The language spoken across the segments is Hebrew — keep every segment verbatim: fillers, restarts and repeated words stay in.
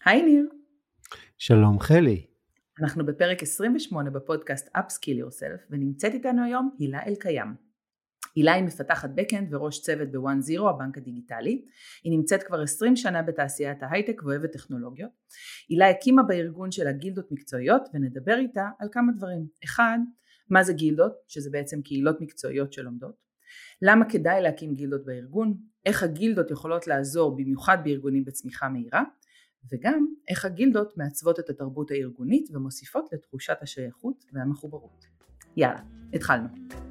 היי ניר. שלום חלי. אנחנו בפרק עשרים ושמונה בפודקאסט Upskill Yourself, ונמצאת איתנו היום הילה אלקיים. הילה היא מפתחת בקאנד וראש צוות בוואן זירו, הבנק הדיגיטלי. היא נמצאת כבר עשרים שנה בתעשיית ההייטק ואוהבת טכנולוגיות. הילה הקימה בארגון של הגילדות מקצועיות, ונדבר איתה על כמה דברים. אחד, מה זה גילדות, שזה בעצם קהילות מקצועיות שלומדות. למה כדאי להקים גילדות בארגון, איך הגילדות יכולות לעזור במיוחד בארגונים בצמיחה מהירה, וגם איך הגילדות מעצבות את התרבות הארגונית ומוסיפות לתחושת השייכות והמחוברות. יאללה, התחלנו.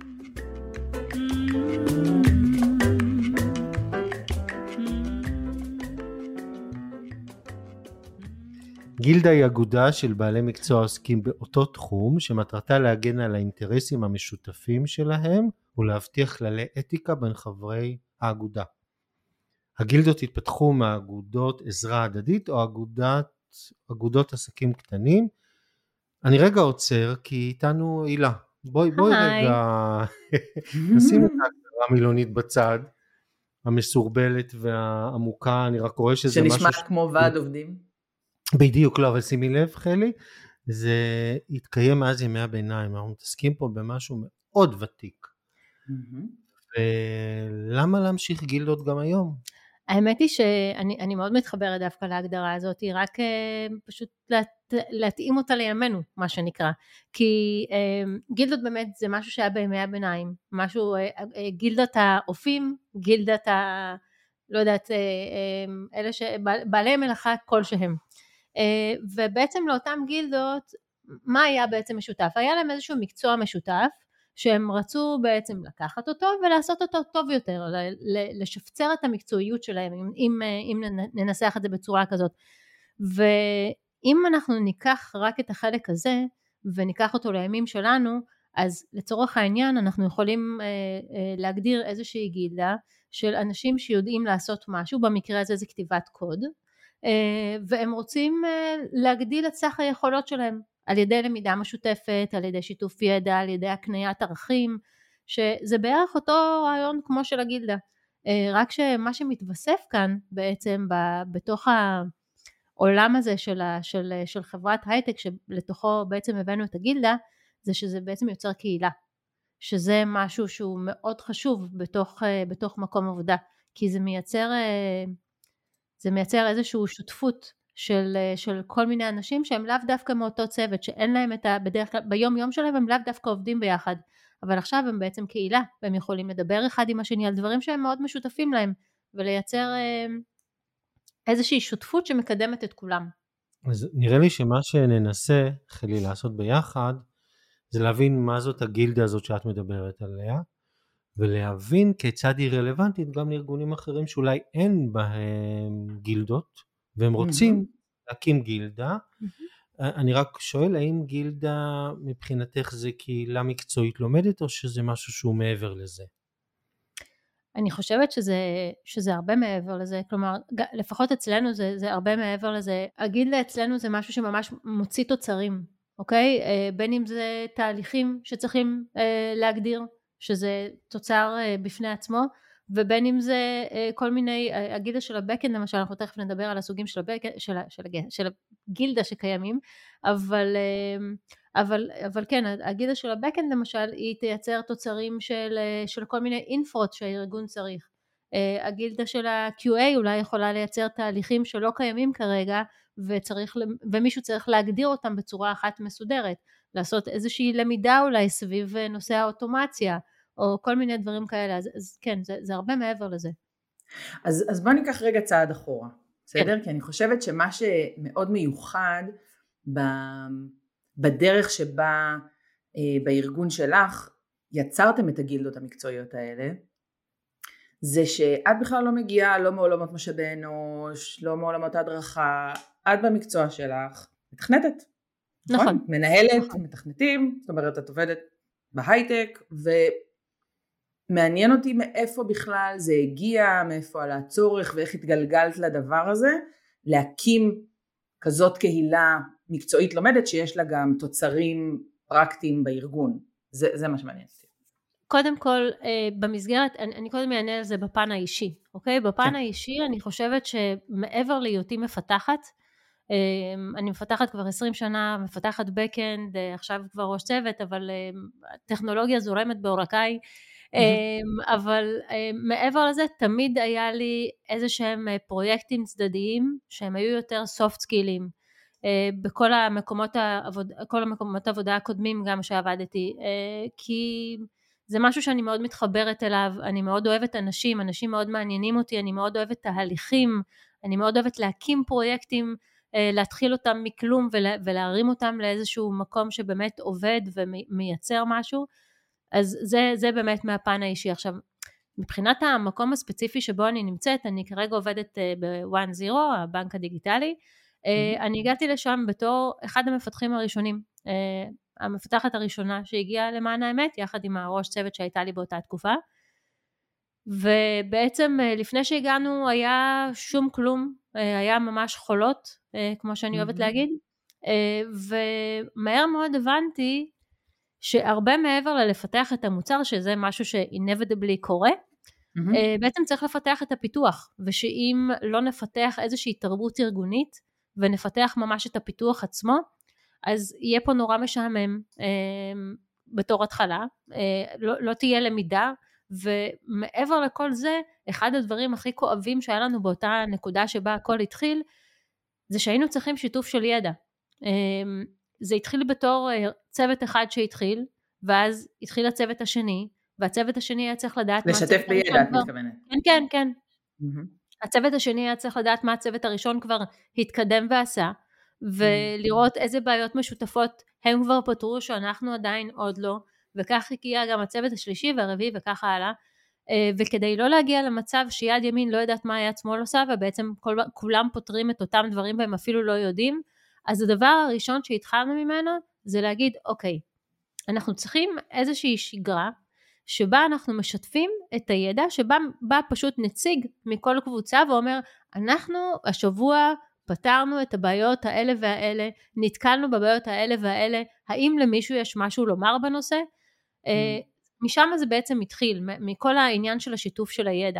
גילדה היא אגודה של בעלי מקצוע עוסקים באותו תחום, שמטרתה להגן על האינטרסים המשותפים שלהם ולהבטיח כללי אתיקה בין חברי האגודה. הגילדות התפתחו מאגודות עזרה הדדית או אגודת, אגודות עסקים קטנים. אני רגע עוצר כי איתנו הילה. בואי בואי רגע נשים את ההגדרה המילונית בצד, המסורבלת והעמוקה. אני רק רואה שזה משהו... שנשמע כמו ועד עובדים. בדיוק, לא, אבל שימי לב חלי, זה התקיים מאז ימי הביניים. אנחנו מתעסקים פה במשהו מאוד ותיק. ולמה להמשיך גילדות גם היום? האמת היא שאני אני מאוד מתחברת דווקא להגדרה הזאת, היא רק פשוט לה, להתאים אותה לימינו, מה שנקרא, כי גילדות באמת זה משהו שהיה בימי הביניים, משהו, גילדת האופים, גילדת ה... לא יודעת, אלה שבעלי מלאכה כלשהם, ובעצם לאותם גילדות, מה היה בעצם משותף? היה להם איזשהו מקצוע משותף, שהם רצו בעצם לקחת אותו ולעשות אותו טוב יותר, לשפצר את המקצועיות שלהם, אם, אם ננסח את זה בצורה כזאת. ואם אנחנו ניקח רק את החלק הזה, וניקח אותו לימים שלנו, אז לצורך העניין אנחנו יכולים אה, אה, להגדיר איזושהי גילדה, של אנשים שיודעים לעשות משהו, במקרה הזה זה כתיבת קוד, אה, והם רוצים אה, להגדיל את סך היכולות שלהם, על ידי למידה משותפת, על ידי שיתוף ידע, על ידי הקניית ערכים, שזה בערך אותו רעיון כמו של הגילדה, רק שמה שמתווסף כאן בעצם בתוך העולם הזה של, של, של חברת הייטק, שלתוכו בעצם הבאנו את הגילדה, זה שזה בעצם יוצר קהילה, שזה משהו שהוא מאוד חשוב בתוך, בתוך מקום עבודה, כי זה מייצר, זה מייצר איזושהי שותפות, של, של כל מיני אנשים שהם לאו דווקא מאותו צוות, שאין להם את ה... בדרך כלל, ביום יום שלהם הם לאו דווקא עובדים ביחד, אבל עכשיו הם בעצם קהילה, והם יכולים לדבר אחד עם השני על דברים שהם מאוד משותפים להם, ולייצר אה, איזושהי שותפות שמקדמת את כולם. אז נראה לי שמה שננסה, חלי, לעשות ביחד, זה להבין מה זאת הגילדה הזאת שאת מדברת עליה, ולהבין כיצד היא רלוונטית גם לארגונים אחרים שאולי אין בהם גילדות, והם רוצים להקים גילדה. אני רק שואל, האם גילדה מבחינתך זה קהילה מקצועית לומדת, או שזה משהו שהוא מעבר לזה? אני חושבת שזה, שזה הרבה מעבר לזה, כלומר, לפחות אצלנו זה, זה הרבה מעבר לזה. הגילדה אצלנו זה משהו שממש מוציא תוצרים, אוקיי? בין אם זה תהליכים שצריכים להגדיר, שזה תוצר בפני עצמו, ובין אם זה כל מיני, הגילדה של הבקאנד למשל, אנחנו תכף נדבר על הסוגים של הבקאנד, של, של, של הגילדה שקיימים, אבל, אבל, אבל כן, הגילדה של הבקאנד למשל, היא תייצר תוצרים של, של כל מיני אינפרות שהארגון צריך. הגילדה של ה-קיו איי אולי יכולה לייצר תהליכים שלא קיימים כרגע, וצריך, ומישהו צריך להגדיר אותם בצורה אחת מסודרת, לעשות איזושהי למידה אולי סביב נושא האוטומציה, או כל מיני דברים כאלה, אז, אז כן, זה, זה הרבה מעבר לזה. אז, אז בוא ניקח רגע צעד אחורה, בסדר? כן. כי אני חושבת שמה שמאוד מיוחד ב, בדרך שבה אה, בארגון שלך יצרתם את הגילדות המקצועיות האלה, זה שאת בכלל לא מגיעה, לא מעולמות משאבי אנוש, לא מעולמות הדרכה, את במקצוע שלך, מתכנתת. נכון. נכון. מנהלת, נכון. מתכנתים, זאת אומרת, את עובדת בהייטק, ו... מעניין אותי מאיפה בכלל זה הגיע, מאיפה על הצורך ואיך התגלגלת לדבר הזה, להקים כזאת קהילה מקצועית לומדת שיש לה גם תוצרים פרקטיים בארגון. זה, זה מה שמעניין אותי. קודם כל, במסגרת, אני, אני קודם אענה על זה בפן האישי, אוקיי? בפן כן. האישי אני חושבת שמעבר להיותי מפתחת, אני מפתחת כבר עשרים שנה, מפתחת בקאנד, עכשיו כבר ראש צוות, אבל הטכנולוגיה זורמת בעורקיי, אבל מעבר לזה תמיד היה לי איזה שהם פרויקטים צדדיים שהם היו יותר soft skill'ים בכל המקומות העבודה, כל המקומות העבודה הקודמים גם שעבדתי, כי זה משהו שאני מאוד מתחברת אליו, אני מאוד אוהבת אנשים, אנשים מאוד מעניינים אותי, אני מאוד אוהבת תהליכים, אני מאוד אוהבת להקים פרויקטים, להתחיל אותם מכלום ולהרים אותם לאיזשהו מקום שבאמת עובד ומייצר משהו, אז זה, זה באמת מהפן האישי. עכשיו, מבחינת המקום הספציפי שבו אני נמצאת, אני כרגע עובדת ב-וואן זירו, הבנק הדיגיטלי, mm-hmm. אני הגעתי לשם בתור אחד המפתחים הראשונים, המפתחת הראשונה שהגיעה למען האמת, יחד עם הראש צוות שהייתה לי באותה תקופה, ובעצם לפני שהגענו היה שום כלום, היה ממש חולות, כמו שאני אוהבת להגיד, ומהר מאוד הבנתי שהרבה מעבר ללפתח את המוצר, שזה משהו ש-inevitably קורה, בעצם צריך לפתח את הפיתוח, ושאם לא נפתח איזושהי תרבות ארגונית, ונפתח ממש את הפיתוח עצמו, אז יהיה פה נורא משעמם בתור התחלה, לא, לא תהיה למידה, ומעבר לכל זה, אחד הדברים הכי כואבים שהיה לנו באותה נקודה שבה הכל התחיל, זה שהיינו צריכים שיתוף של ידע. זה התחיל בתור צוות אחד שהתחיל, ואז התחיל הצוות השני, והצוות השני היה צריך לדעת לשתף בידע, את מתכוונת. כן, כן, כן. הצוות השני היה צריך לדעת מה הצוות הראשון כבר התקדם ועשה, ולראות איזה בעיות משותפות הם כבר פתרו שאנחנו עדיין עוד לא, וכך הגיע גם הצוות השלישי והרביעי וככה הלאה, וכדי לא להגיע למצב שיד ימין לא יודעת מה יד שמאל עושה, ובעצם כל, כולם פותרים את אותם דברים והם אפילו לא יודעים, אז הדבר הראשון שהתחלנו ממנו זה להגיד, אוקיי, אנחנו צריכים איזושהי שגרה, שבה אנחנו משתפים את הידע, שבה בא פשוט נציג מכל קבוצה ואומר, אנחנו השבוע פתרנו את הבעיות האלה והאלה, נתקלנו בבעיות האלה והאלה, האם למישהו יש משהו לומר בנושא? Mm. משם זה בעצם התחיל, מכל העניין של השיתוף של הידע.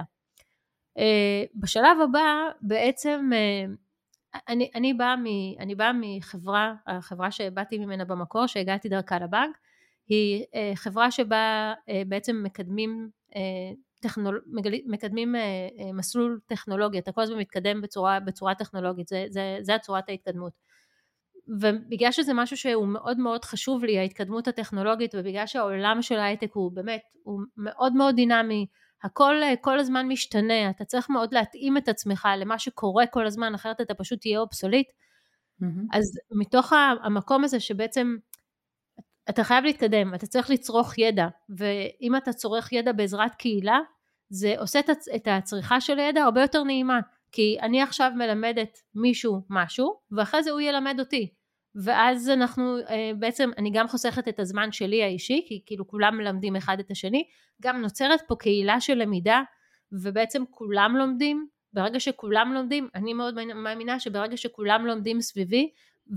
בשלב הבא בעצם, אני, אני, באה מ, אני באה מחברה, החברה שבאתי ממנה במקור, שהגעתי דרכה לבנק, היא חברה שבה בעצם מקדמים, טכנול, מקדמים מסלול טכנולוגיה, אתה כל הזמן מתקדם בצורה, בצורה טכנולוגית, זה, זה, זה הצורת ההתקדמות. ובגלל שזה משהו שהוא מאוד מאוד חשוב לי, ההתקדמות הטכנולוגית, ובגלל שהעולם של ההייטק הוא באמת, הוא מאוד מאוד דינמי, הכל כל הזמן משתנה, אתה צריך מאוד להתאים את עצמך למה שקורה כל הזמן, אחרת אתה פשוט תהיה אובסוליט. Mm-hmm. אז מתוך המקום הזה שבעצם, אתה חייב להתקדם, אתה צריך לצרוך ידע, ואם אתה צורך ידע בעזרת קהילה, זה עושה את הצריכה של הידע הרבה יותר נעימה, כי אני עכשיו מלמדת מישהו משהו, ואחרי זה הוא ילמד אותי, ואז אנחנו בעצם, אני גם חוסכת את הזמן שלי האישי, כי כאילו כולם מלמדים אחד את השני, גם נוצרת פה קהילה של למידה, ובעצם כולם לומדים, ברגע שכולם לומדים, אני מאוד מאמינה שברגע שכולם לומדים סביבי,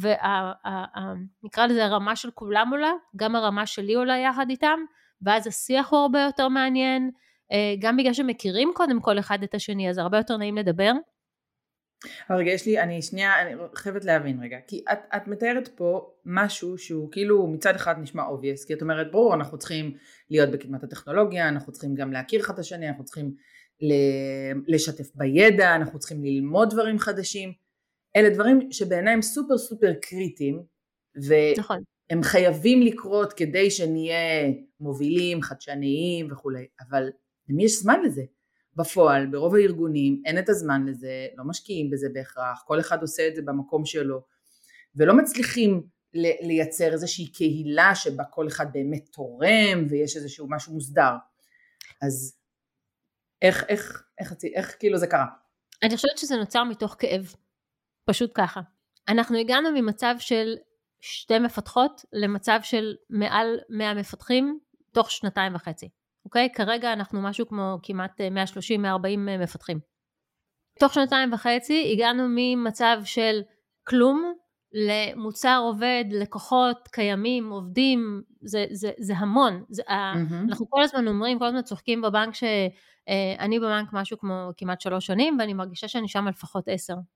ונקרא לזה הרמה של כולם עולה, גם הרמה שלי עולה יחד איתם, ואז השיח הוא הרבה יותר מעניין, גם בגלל שמכירים קודם כל אחד את השני, אז הרבה יותר נעים לדבר. אבל רגע, יש לי, אני שנייה, אני חייבת להבין רגע, כי את, את מתארת פה משהו שהוא כאילו מצד אחד נשמע obvious, כי את אומרת, ברור, אנחנו צריכים להיות בקדמת הטכנולוגיה, אנחנו צריכים גם להכיר אחד את השני, אנחנו צריכים לשתף בידע, אנחנו צריכים ללמוד דברים חדשים, אלה דברים שבעיניי הם סופר סופר קריטיים, נכון. והם חייבים לקרות כדי שנהיה מובילים, חדשניים וכו', אבל למי יש זמן לזה? בפועל, ברוב הארגונים, אין את הזמן לזה, לא משקיעים בזה בהכרח, כל אחד עושה את זה במקום שלו, ולא מצליחים לייצר איזושהי קהילה שבה כל אחד באמת תורם, ויש איזשהו משהו מוסדר. אז איך, איך, איך, איך, איך כאילו זה קרה? אני חושבת שזה נוצר מתוך כאב, פשוט ככה. אנחנו הגענו ממצב של שתי מפתחות, למצב של מעל מאה מפתחים, תוך שנתיים וחצי. אוקיי? כרגע אנחנו משהו כמו כמעט מאה שלושים מאה ארבעים מפתחים. תוך שנתיים וחצי הגענו ממצב של כלום למוצר עובד, לקוחות קיימים, עובדים, זה, זה, זה המון. זה, mm-hmm. אנחנו כל הזמן אומרים, כל הזמן צוחקים בבנק שאני בבנק משהו כמו כמעט שלוש שנים, ואני מרגישה שאני שם לפחות עשר.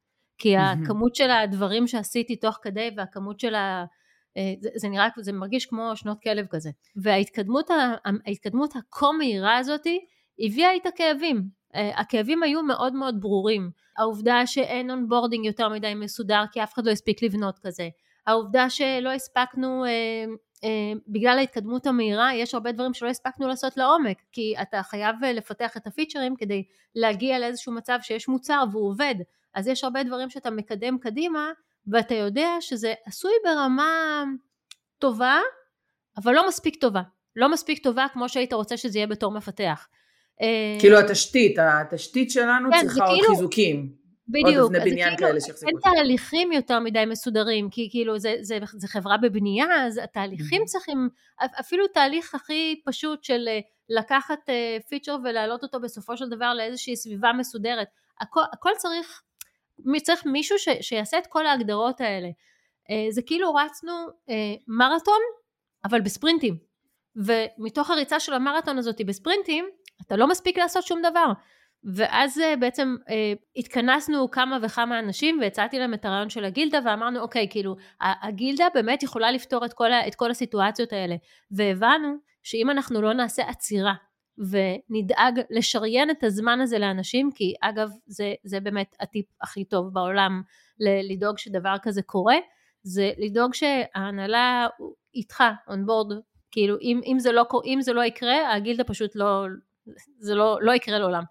כי הכמות של הדברים שעשיתי תוך כדי, והכמות של ה... זה, זה נראה, זה מרגיש כמו שנות כלב כזה. וההתקדמות, ההתקדמות הכה מהירה הזאת, הביאה איתה כאבים. הכאבים היו מאוד מאוד ברורים. העובדה שאין אונבורדינג יותר מדי מסודר, כי אף אחד לא הספיק לבנות כזה. העובדה שלא הספקנו, אה, אה, בגלל ההתקדמות המהירה, יש הרבה דברים שלא הספקנו לעשות לעומק, כי אתה חייב לפתח את הפיצ'רים, כדי להגיע לאיזשהו מצב שיש מוצר והוא עובד. אז יש הרבה דברים שאתה מקדם קדימה, ואתה יודע שזה עשוי ברמה טובה, אבל לא מספיק טובה. לא מספיק טובה כמו שהיית רוצה שזה יהיה בתור מפתח. כאילו התשתית, התשתית שלנו כן, צריכה עוד כאילו, חיזוקים. בדיוק. עוד אבני בניין כאילו, כאלה שיחזיקו. אין תהליכים יותר מדי מסודרים, כי כאילו זה, זה, זה חברה בבנייה, אז התהליכים צריכים, אפילו תהליך הכי פשוט של לקחת פיצ'ר ולהעלות אותו בסופו של דבר לאיזושהי סביבה מסודרת. הכל, הכל צריך... צריך מישהו ש, שיעשה את כל ההגדרות האלה. זה כאילו רצנו מרתון, אבל בספרינטים. ומתוך הריצה של המרתון הזאת בספרינטים, אתה לא מספיק לעשות שום דבר. ואז בעצם התכנסנו כמה וכמה אנשים, והצעתי להם את הרעיון של הגילדה, ואמרנו, אוקיי, כאילו, הגילדה באמת יכולה לפתור את כל, את כל הסיטואציות האלה. והבנו שאם אנחנו לא נעשה עצירה, ונדאג לשריין את הזמן הזה לאנשים, כי אגב זה, זה באמת הטיפ הכי טוב בעולם לדאוג שדבר כזה קורה, זה לדאוג שההנהלה איתך on board, כאילו אם, אם, זה לא, אם זה לא יקרה, הגילדה פשוט לא, זה לא, לא יקרה לעולם.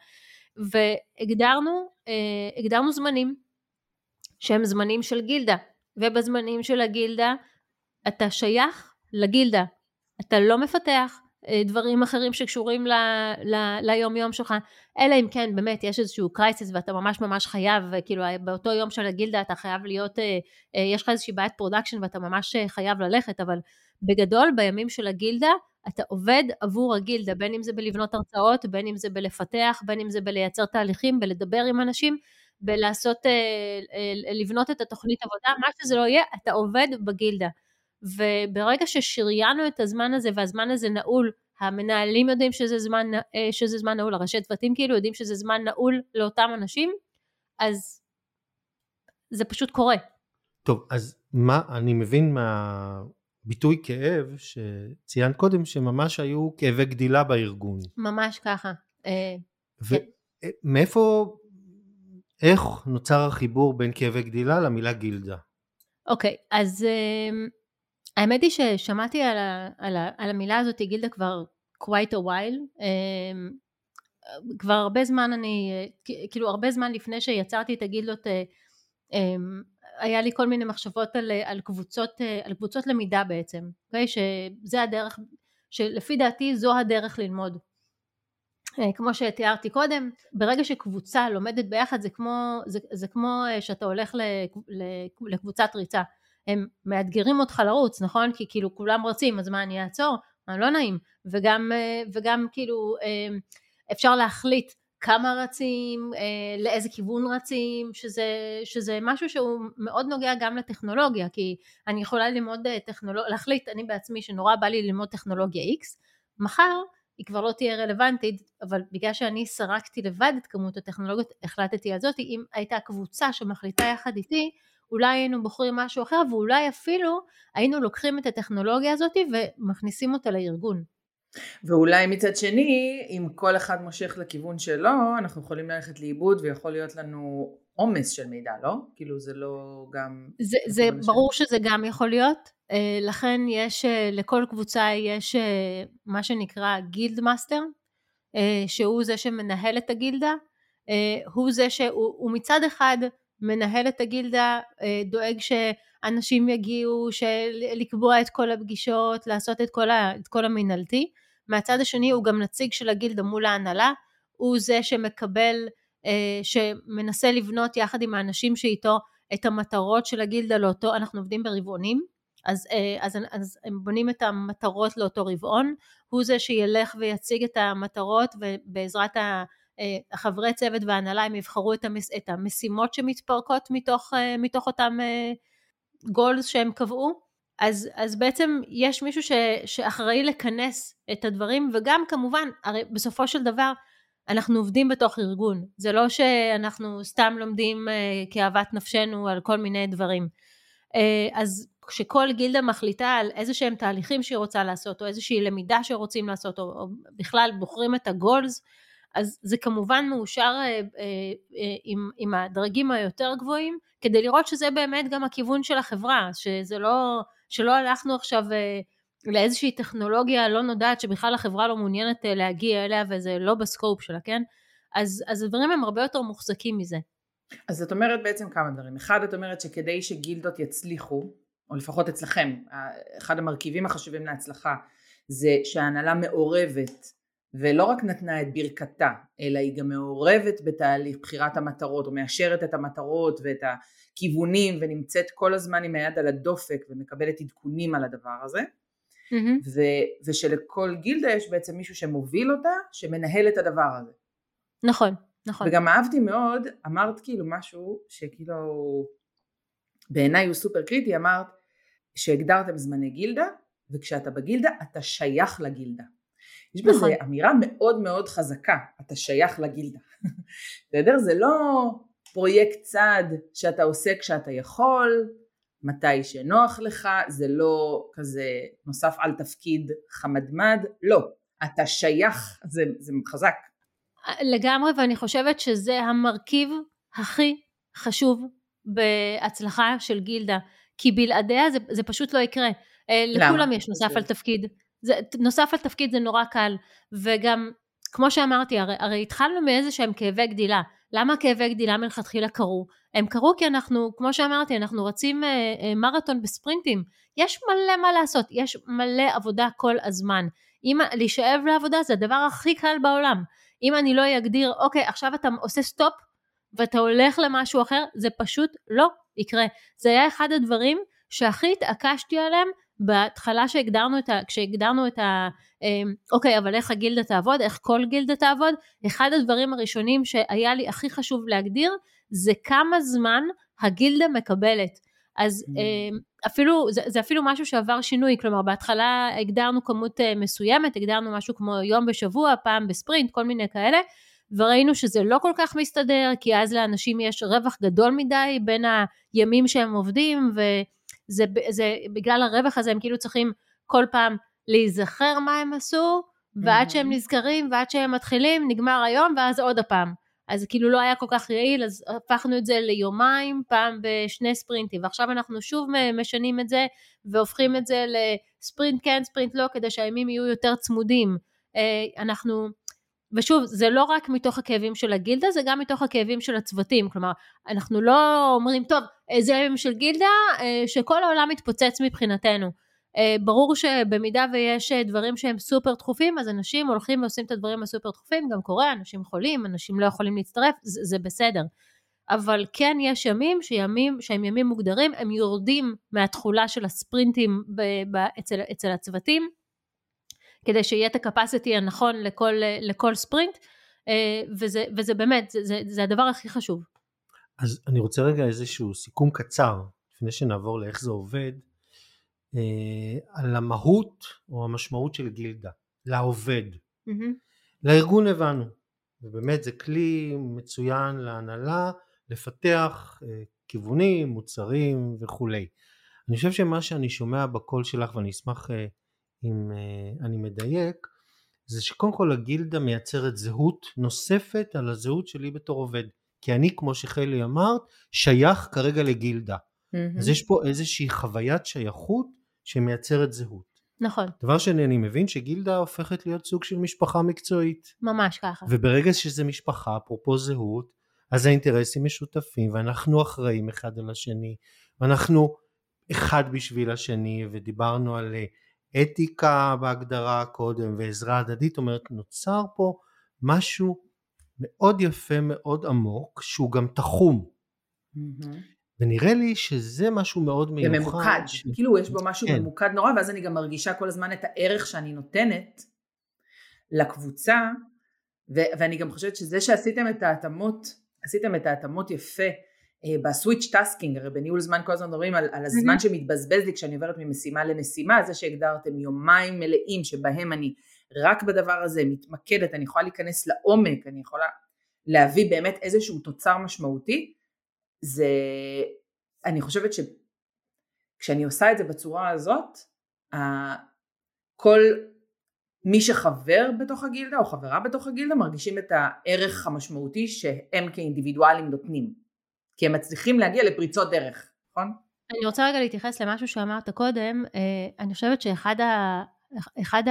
והגדרנו, הגדרנו זמנים, שהם זמנים של גילדה, ובזמנים של הגילדה, אתה שייך לגילדה, אתה לא מפתח, דברים אחרים שקשורים ל, ל, ליום יום שלך, אלא אם כן באמת יש איזשהו קרייסיס ואתה ממש ממש חייב, וכאילו באותו יום של הגילדה אתה חייב להיות, יש לך איזושהי בעיית פרודקשן ואתה ממש חייב ללכת, אבל בגדול בימים של הגילדה אתה עובד עבור הגילדה, בין אם זה בלבנות הרצאות, בין אם זה בלפתח, בין אם זה בלייצר תהליכים, בלדבר עם אנשים, בלעשות, לבנות את התוכנית עבודה, מה שזה לא יהיה, אתה עובד בגילדה. וברגע ששריינו את הזמן הזה, והזמן הזה נעול, המנהלים יודעים שזה זמן, שזה זמן נעול, הראשי צוותים כאילו יודעים שזה זמן נעול לאותם אנשים, אז זה פשוט קורה. טוב, אז מה, אני מבין מהביטוי כאב, שציינת קודם, שממש היו כאבי גדילה בארגון. ממש ככה. ומאיפה, איך נוצר החיבור בין כאבי גדילה למילה גילדה? אוקיי, אז... האמת היא ששמעתי על, ה, על, ה, על המילה הזאת גילדה כבר quite a while, כבר הרבה זמן אני, כאילו הרבה זמן לפני שיצרתי את הגילדות, היה לי כל מיני מחשבות על, על, קבוצות, על קבוצות למידה בעצם, okay? שזה הדרך, שלפי דעתי זו הדרך ללמוד. כמו שתיארתי קודם, ברגע שקבוצה לומדת ביחד, זה כמו, זה, זה כמו שאתה הולך לקבוצת ריצה, הם מאתגרים אותך לרוץ, נכון? כי כאילו כולם רצים, אז מה אני אעצור? מה לא נעים? וגם, וגם כאילו אפשר להחליט כמה רצים, לאיזה כיוון רצים, שזה, שזה משהו שהוא מאוד נוגע גם לטכנולוגיה, כי אני יכולה ללמוד טכנולוגיה, להחליט אני בעצמי שנורא בא לי ללמוד טכנולוגיה X, מחר היא כבר לא תהיה רלוונטית, אבל בגלל שאני סרקתי לבד את כמות הטכנולוגיות, החלטתי על זאת, אם הייתה קבוצה שמחליטה יחד איתי, אולי היינו בוחרים משהו אחר, ואולי אפילו היינו לוקחים את הטכנולוגיה הזאת ומכניסים אותה לארגון. ואולי מצד שני, אם כל אחד מושך לכיוון שלו, אנחנו יכולים ללכת לאיבוד, ויכול להיות לנו עומס של מידע, לא? כאילו זה לא גם... זה, זה ברור שזה גם יכול להיות, לכן יש, לכל קבוצה יש מה שנקרא גילד מאסטר, שהוא זה שמנהל את הגילדה, הוא זה שהוא מצד אחד מנהל את הגילדה, דואג שאנשים יגיעו, לקבוע את כל הפגישות, לעשות את כל, ה, את כל המנהלתי, מהצד השני הוא גם נציג של הגילדה מול ההנהלה, הוא זה שמקבל, שמנסה לבנות יחד עם האנשים שאיתו את המטרות של הגילדה לאותו, אנחנו עובדים ברבעונים, אז, אז, אז הם בונים את המטרות לאותו רבעון, הוא זה שילך ויציג את המטרות, ובעזרת החברי צוות וההנהלה הם יבחרו את, המס, את המשימות שמתפרקות מתוך, מתוך אותם גולס שהם קבעו, אז, אז בעצם יש מישהו ש, שאחראי לכנס את הדברים, וגם כמובן, הרי בסופו של דבר, אנחנו עובדים בתוך ארגון, זה לא שאנחנו סתם לומדים כאהבת נפשנו על כל מיני דברים. אז כשכל גילדה מחליטה על איזה שהם תהליכים שהיא רוצה לעשות, או איזושהי למידה שרוצים לעשות, או, או בכלל בוחרים את הגולס, אז זה כמובן מאושר אה, אה, אה, עם, עם הדרגים היותר גבוהים, כדי לראות שזה באמת גם הכיוון של החברה, שזה לא, שלא הלכנו עכשיו אה, לאיזושהי טכנולוגיה לא נודעת, שבכלל החברה לא מעוניינת אה, להגיע אליה, וזה לא בסקופ שלה, כן? אז, אז הדברים הם הרבה יותר מוחזקים מזה. אז זאת אומרת בעצם כמה דברים. אחד, את אומרת שכדי שגילדות יצליחו, או לפחות אצלכם, אחד המרכיבים החשובים להצלחה, זה שההנהלה מעורבת, ולא רק נתנה את ברכתה, אלא היא גם מעורבת בתהליך בחירת המטרות, או מאשרת את המטרות ואת הכיוונים, ונמצאת כל הזמן עם היד על הדופק, ומקבלת עדכונים על הדבר הזה, mm-hmm. ו- ושלכל גילדה יש בעצם מישהו שמוביל אותה, שמנהל את הדבר הזה. נכון, נכון. וגם אהבתי מאוד, אמרת כאילו משהו, שכאילו בעיניי הוא סופר קריטי, אמרת שהגדרתם זמני גילדה, וכשאתה בגילדה, אתה שייך לגילדה. יש בזה נכון. אמירה מאוד מאוד חזקה, אתה שייך לגילדה. בסדר? זה לא פרויקט צעד שאתה עושה כשאתה יכול, מתי שנוח לך, זה לא כזה נוסף על תפקיד חמדמד, לא, אתה שייך, זה, זה חזק. לגמרי, ואני חושבת שזה המרכיב הכי חשוב בהצלחה של גילדה, כי בלעדיה זה, זה פשוט לא יקרה. לכולם למה? יש נוסף על תפקיד. זה, נוסף על תפקיד זה נורא קל, וגם, כמו שאמרתי, הרי, הרי התחלנו מאיזה שהם כאבי גדילה. למה כאבי גדילה מלכתחילה קרו? הם קרו כי אנחנו, כמו שאמרתי, אנחנו רצים אה, אה, מרתון בספרינטים. יש מלא מה לעשות, יש מלא עבודה כל הזמן. אם להישאב לעבודה זה הדבר הכי קל בעולם. אם אני לא אגדיר, אוקיי, עכשיו אתה עושה סטופ, ואתה הולך למשהו אחר, זה פשוט לא יקרה. זה היה אחד הדברים שהכי התעקשתי עליהם, בהתחלה שהגדרנו את ה, כשהגדרנו את ה, אוקיי, אבל איך הגילדה תעבוד, איך כל גילדה תעבוד, אחד הדברים הראשונים שהיה לי הכי חשוב להגדיר, זה כמה זמן הגילדה מקבלת. אז אפילו, זה, זה אפילו משהו שעבר שינוי, כלומר, בהתחלה הגדרנו כמות מסוימת, הגדרנו משהו כמו יום בשבוע, פעם בספרינט, כל מיני כאלה, וראינו שזה לא כל כך מסתדר, כי אז לאנשים יש רווח גדול מדי, בין הימים שהם עובדים, ו... זה, זה, בגלל הרווח הזה הם כאילו צריכים כל פעם להיזכר מה הם עשו, ועד שהם נזכרים ועד שהם מתחילים נגמר היום ואז עוד הפעם. אז כאילו לא היה כל כך יעיל, אז הפכנו את זה ליומיים, פעם בשני ספרינטים, ועכשיו אנחנו שוב משנים את זה, והופכים את זה לספרינט כן, ספרינט לא, כדי שהימים יהיו יותר צמודים. אנחנו, ושוב, זה לא רק מתוך הכאבים של הגילדה, זה גם מתוך הכאבים של הצוותים, כלומר, אנחנו לא אומרים, טוב, זה הימים של גילדה, שכל העולם מתפוצץ מבחינתנו. ברור שבמידה ויש דברים שהם סופר דחופים, אז אנשים הולכים ועושים את הדברים הסופר דחופים, גם קורה, אנשים חולים, אנשים לא יכולים להצטרף, זה, זה בסדר. אבל כן יש ימים, שימים, שהם ימים מוגדרים, הם יורדים מהתחולה של הספרינטים ב, ב, אצל, אצל הצוותים, כדי שיהיה את הקפסיטי הנכון לכל, לכל ספרינט, וזה, וזה באמת, זה, זה, זה הדבר הכי חשוב. אז אני רוצה רגע איזשהו סיכום קצר, לפני שנעבור לאיך זה עובד, על המהות או המשמעות של גילדה, לעובד. Mm-hmm. לארגון הבנו, ובאמת זה כלי מצוין להנהלה, לפתח כיוונים, מוצרים וכולי. אני חושב שמה שאני שומע בקול שלך, ואני אשמח אם אני מדייק, זה שקודם כל הגילדה מייצרת זהות נוספת על הזהות שלי בתור עובד. כי אני, כמו שחלי אמרת, שייך כרגע לגילדה. Mm-hmm. אז יש פה איזושהי חוויית שייכות שמייצרת זהות. נכון. דבר שני, אני מבין שגילדה הופכת להיות סוג של משפחה מקצועית. ממש ככה. וברגע שזה משפחה, אפרופו זהות, אז האינטרסים משותפים, ואנחנו אחראים אחד על השני, ואנחנו אחד בשביל השני, ודיברנו על אתיקה בהגדרה קודם, ועזרה הדדית, אומרת, נוצר פה משהו מאוד יפה, מאוד עמוק, שהוא גם תחום. Mm-hmm. ונראה לי שזה משהו מאוד מיוחד. וממוקד, ש... כאילו יש בו משהו כן. ממוקד נורא, ואז אני גם מרגישה כל הזמן את הערך שאני נותנת לקבוצה, ו- ואני גם חושבת שזה שעשיתם את ההתאמות, עשיתם את ההתאמות יפה, אה, בסוויץ' טאסקינג, הרי בניהול זמן כל הזמן מדברים על, על הזמן mm-hmm. שמתבזבז לי, כשאני עוברת ממשימה למשימה, זה שהגדרתם יומיים מלאים, שבהם אני רק בדבר הזה מתמקדת, אני יכולה להיכנס לעומק, אני יכולה להביא באמת איזשהו תוצר משמעותי, זה, אני חושבת שכשאני עושה את זה בצורה הזאת, כל מי שחבר בתוך הגילדה או חברה בתוך הגילדה מרגישים את הערך המשמעותי שהם כאינדיבידואלים נותנים, כי הם מצליחים להגיע לפריצות דרך, נכון? אני רוצה רגע להתייחס למשהו שאמרת קודם, אני חושבת שאחד ה, אחד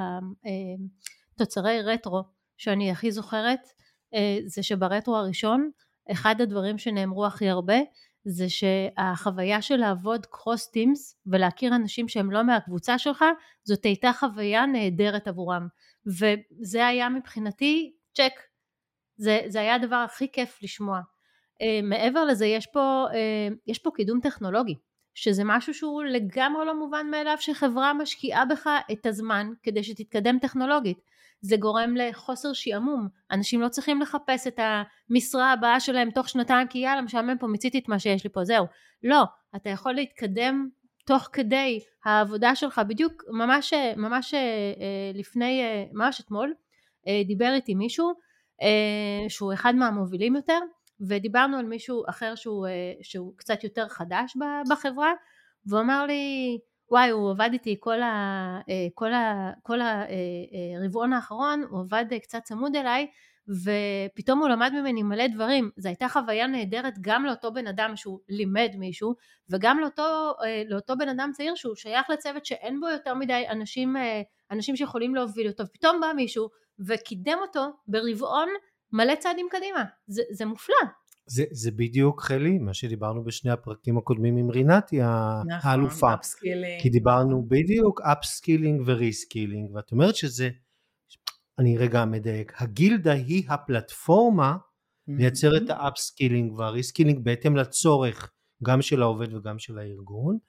התוצרי רטרו שאני הכי זוכרת, זה שברטרו הראשון, אחד הדברים שנאמרו הכי הרבה, זה שהחוויה של לעבוד קרוס טימס ולהכיר אנשים שהם לא מהקבוצה שלך, זאת הייתה חוויה נהדרת עבורם, וזה היה מבחינתי צ'ק, זה, זה היה הדבר הכי כיף לשמוע. Uh, מעבר לזה יש פה, uh, יש פה קידום טכנולוגי, שזה משהו שהוא לגמרי לא מובן מאליו שחברה משקיעה בך את הזמן כדי שתתקדם טכנולוגית. זה גורם לחוסר שיעמום, אנשים לא צריכים לחפש את המשרה הבאה שלהם תוך שנתיים, כי יאללה משעמם פה, מיציתי את מה שיש לי פה, זהו. לא, אתה יכול להתקדם תוך כדי העבודה שלך, בדיוק ממש, ממש uh, לפני, uh, ממש אתמול, uh, דיבר איתי מישהו, uh, שהוא אחד מהמובילים יותר, ודיברנו על מישהו אחר שהוא, שהוא קצת יותר חדש בחברה, והוא אמר לי, וואי, הוא עבד איתי כל, ה, כל, ה, כל הרבעון האחרון, הוא עבד קצת צמוד אליי, ופתאום הוא למד ממני מלא דברים. זו הייתה חוויה נהדרת גם לאותו בן אדם שהוא לימד מישהו, וגם לאותו, לאותו בן אדם צעיר שהוא שייך לצוות שאין בו יותר מדי אנשים, אנשים שיכולים להוביל אותו, ופתאום בא מישהו וקידם אותו ברבעון, מלא צעדים קדימה, זה, זה מופלא. זה, זה בדיוק חלי, מה שדיברנו בשני הפרקים הקודמים עם רינתי, נכון, האלופה. אפסקילינג. כי דיברנו בדיוק אפסקילינג וריסקילינג, ואת אומרת שזה, אני רגע מדייק, הגילדה היא הפלטפורמה לייצר את האפסקילינג והריסקילינג בהתאם לצורך, גם של העובד וגם של הארגון.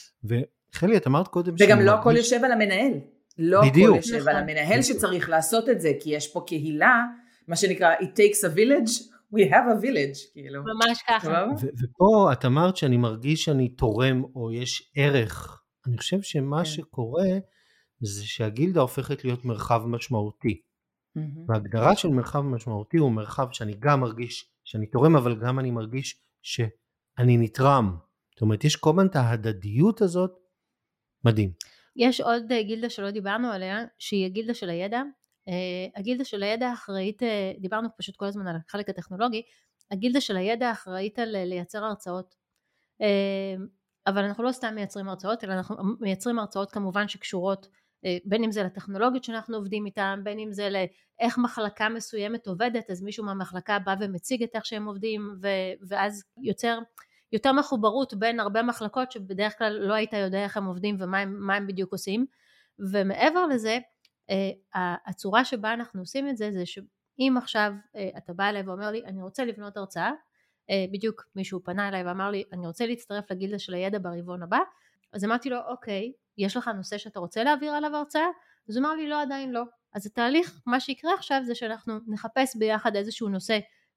וחלי, את אמרת קודם... וגם לא הכל יושב על המנהל. לא בדיוק. הכל יושב על המנהל שצריך לעשות את זה, כי יש פה קהילה, מה שנקרא, it takes a village, we have a village, כאילו. ממש ככה. ו- ופה את אמרת שאני מרגיש שאני תורם, או יש ערך. אני חושב שמה כן. שקורה, זה שהגילדה הופכת להיות מרחב משמעותי. Mm-hmm. וההגדרה של מרחב משמעותי, הוא מרחב שאני גם מרגיש שאני תורם, אבל גם אני מרגיש שאני נתרם. זאת אומרת, יש כל הזמן את ההדדיות הזאת, מדהים. יש עוד גילדה שלא דיברנו עליה, שהיא הגילדה של הידע, Uh, הגילדה של הידע האחראית, uh, דיברנו פשוט כל הזמן על החלק הטכנולוגי, הגילדה של הידע האחראית על uh, לייצר הרצאות, uh, אבל אנחנו לא סתם מייצרים הרצאות, אלא אנחנו מייצרים הרצאות כמובן שקשורות, uh, בין אם זה לטכנולוגיות שאנחנו עובדים איתם, בין אם זה לאיך מחלקה מסוימת עובדת, אז מישהו מהמחלקה בא ומציג את איך שהם עובדים, ו- ואז יוצר יותר מחוברות בין הרבה מחלקות, שבדרך כלל לא היית יודע איך הם עובדים ומה הם, מה הם בדיוק עושים, ומעבר לזה, Uh, הצורה שבה אנחנו עושים את זה, זה שאם עכשיו uh, אתה בא אליי ואומר לי, אני רוצה לבנות הרצאה, uh, בדיוק מישהו פנה אליי ואמר לי, אני רוצה להצטרף לגילדה של הידע ברבעון הבא, אז אמרתי לו, אוקיי, יש לך נושא שאתה רוצה להעביר עליו הרצאה? אז הוא אמר לי, לא, עדיין לא. אז התהליך, מה שיקרה עכשיו זה שאנחנו נחפש ביחד איזשהו נושא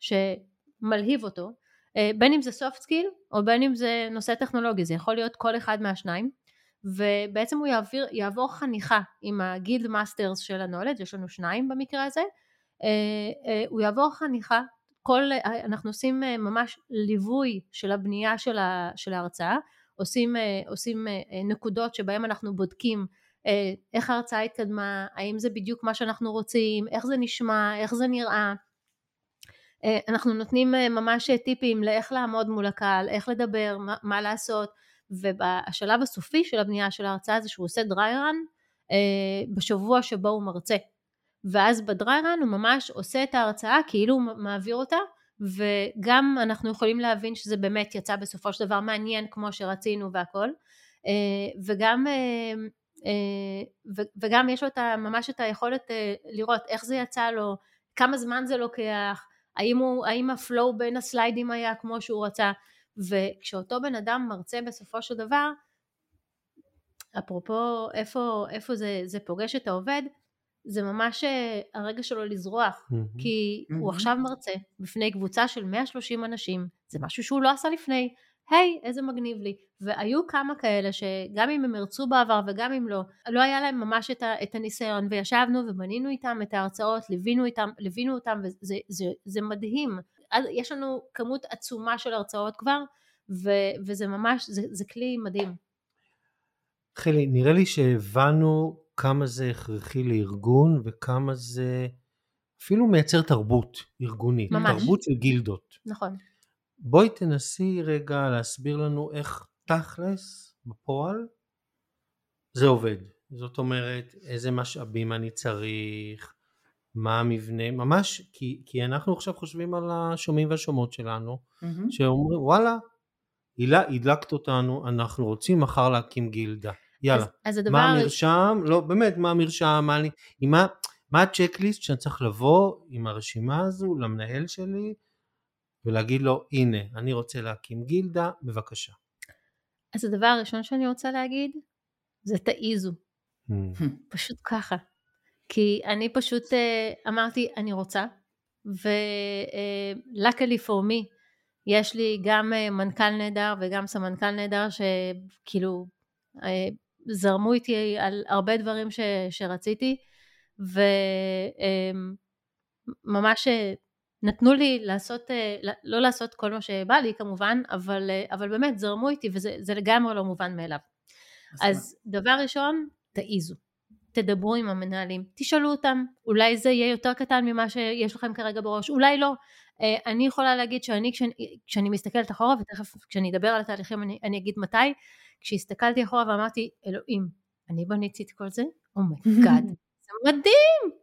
שמלהיב אותו, uh, בין אם זה soft skill, או בין אם זה נושא טכנולוגי, זה יכול להיות כל אחד מהשניים, ובעצם הוא יעביר, יעבור חניכה עם הגילד מאסטרס של הנולד, יש לנו שניים במקרה הזה, הוא יעבור חניכה, כל, אנחנו עושים ממש ליווי של הבנייה של, ה, של ההרצאה, עושים, עושים נקודות שבהם אנחנו בודקים איך ההרצאה התקדמה, האם זה בדיוק מה שאנחנו רוצים, איך זה נשמע, איך זה נראה, אנחנו נותנים ממש טיפים לאיך לעמוד מול הקהל, איך לדבר, מה, מה לעשות, ובשלב הסופי של הבנייה של ההרצאה זה שהוא עושה דריירן אה, בשבוע שבו הוא מרצה, ואז בדריירן הוא ממש עושה את ההרצאה כאילו הוא מעביר אותה, וגם אנחנו יכולים להבין שזה באמת יצא בסופו של דבר מעניין כמו שרצינו והכל, אה, וגם, אה, אה, ו, וגם יש לו את, ממש את היכולת אה, לראות איך זה יצא לו, כמה זמן זה לוקח, האם, הוא, האם הפלואו בין הסליידים היה כמו שהוא רצה, וכשאותו בן אדם מרצה בסופו של דבר, אפרופו איפה, איפה זה, זה פוגש את העובד, זה ממש הרגע שלו לזרוח, mm-hmm. כי mm-hmm. הוא עכשיו מרצה בפני קבוצה של מאה ושלושים אנשים, זה משהו שהוא לא עשה לפני, היי, איזה מגניב לי. והיו כמה כאלה שגם אם הם הרצו בעבר וגם אם לא, לא היה להם ממש את, ה, את הניסיון, וישבנו ובנינו איתם את ההרצאות, ליווינו איתם, ליווינו אותם, וזה זה, זה מדהים. יש לנו כמות עצומה של הרצאות כבר, ו, וזה ממש, זה, זה כלי מדהים. חילי, נראה לי שהבנו כמה זה הכרחי לארגון, וכמה זה אפילו מייצר תרבות ארגונית, ממש. תרבות של גילדות. נכון. בואי תנסי רגע להסביר לנו איך תכלס בפועל זה עובד. זאת אומרת, איזה משאבים אני צריך, מה המבנה, ממש, כי, כי אנחנו עכשיו חושבים על השומעים והשומעות שלנו, mm-hmm. שאומרים, וואלה, הילה, הדלקת אותנו, אנחנו רוצים מחר להקים גילדה. יאללה, אז, אז הדבר... מה המרשם? לא, באמת, מה המרשם? מה, אני, מה, מה הצ'קליסט שאני צריך לבוא עם הרשימה הזו למנהל שלי, ולהגיד לו, הנה, אני רוצה להקים גילדה, בבקשה. אז הדבר הראשון שאני רוצה להגיד, זה תעיזו. Hmm. פשוט ככה. כי אני פשוט אמרתי, אני רוצה, ו-luckily for me, יש לי גם מנכ"ל נהדר וגם סמנכ"ל נהדר, שכאילו זרמו איתי על הרבה דברים ש- שרציתי, וממש נתנו לי לעשות, לא לעשות כל מה שבא לי כמובן, אבל, אבל באמת זרמו איתי, וזה זה לגמרי לא מובן מאליו. אז דבר ראשון, תעיזו. תדברו עם המנהלים, תשאלו אותם, אולי זה יהיה יותר קטן ממה שיש לכם כרגע בראש, אולי לא. אני יכולה להגיד שאני, כשאני, כשאני מסתכלת אחורה, ותכף כשאני אדבר על התהליכים אני, אני אגיד מתי, כשהסתכלתי אחורה ואמרתי, אלוהים, אני בניתי את כל זה? אומייגאד, זה מדהים!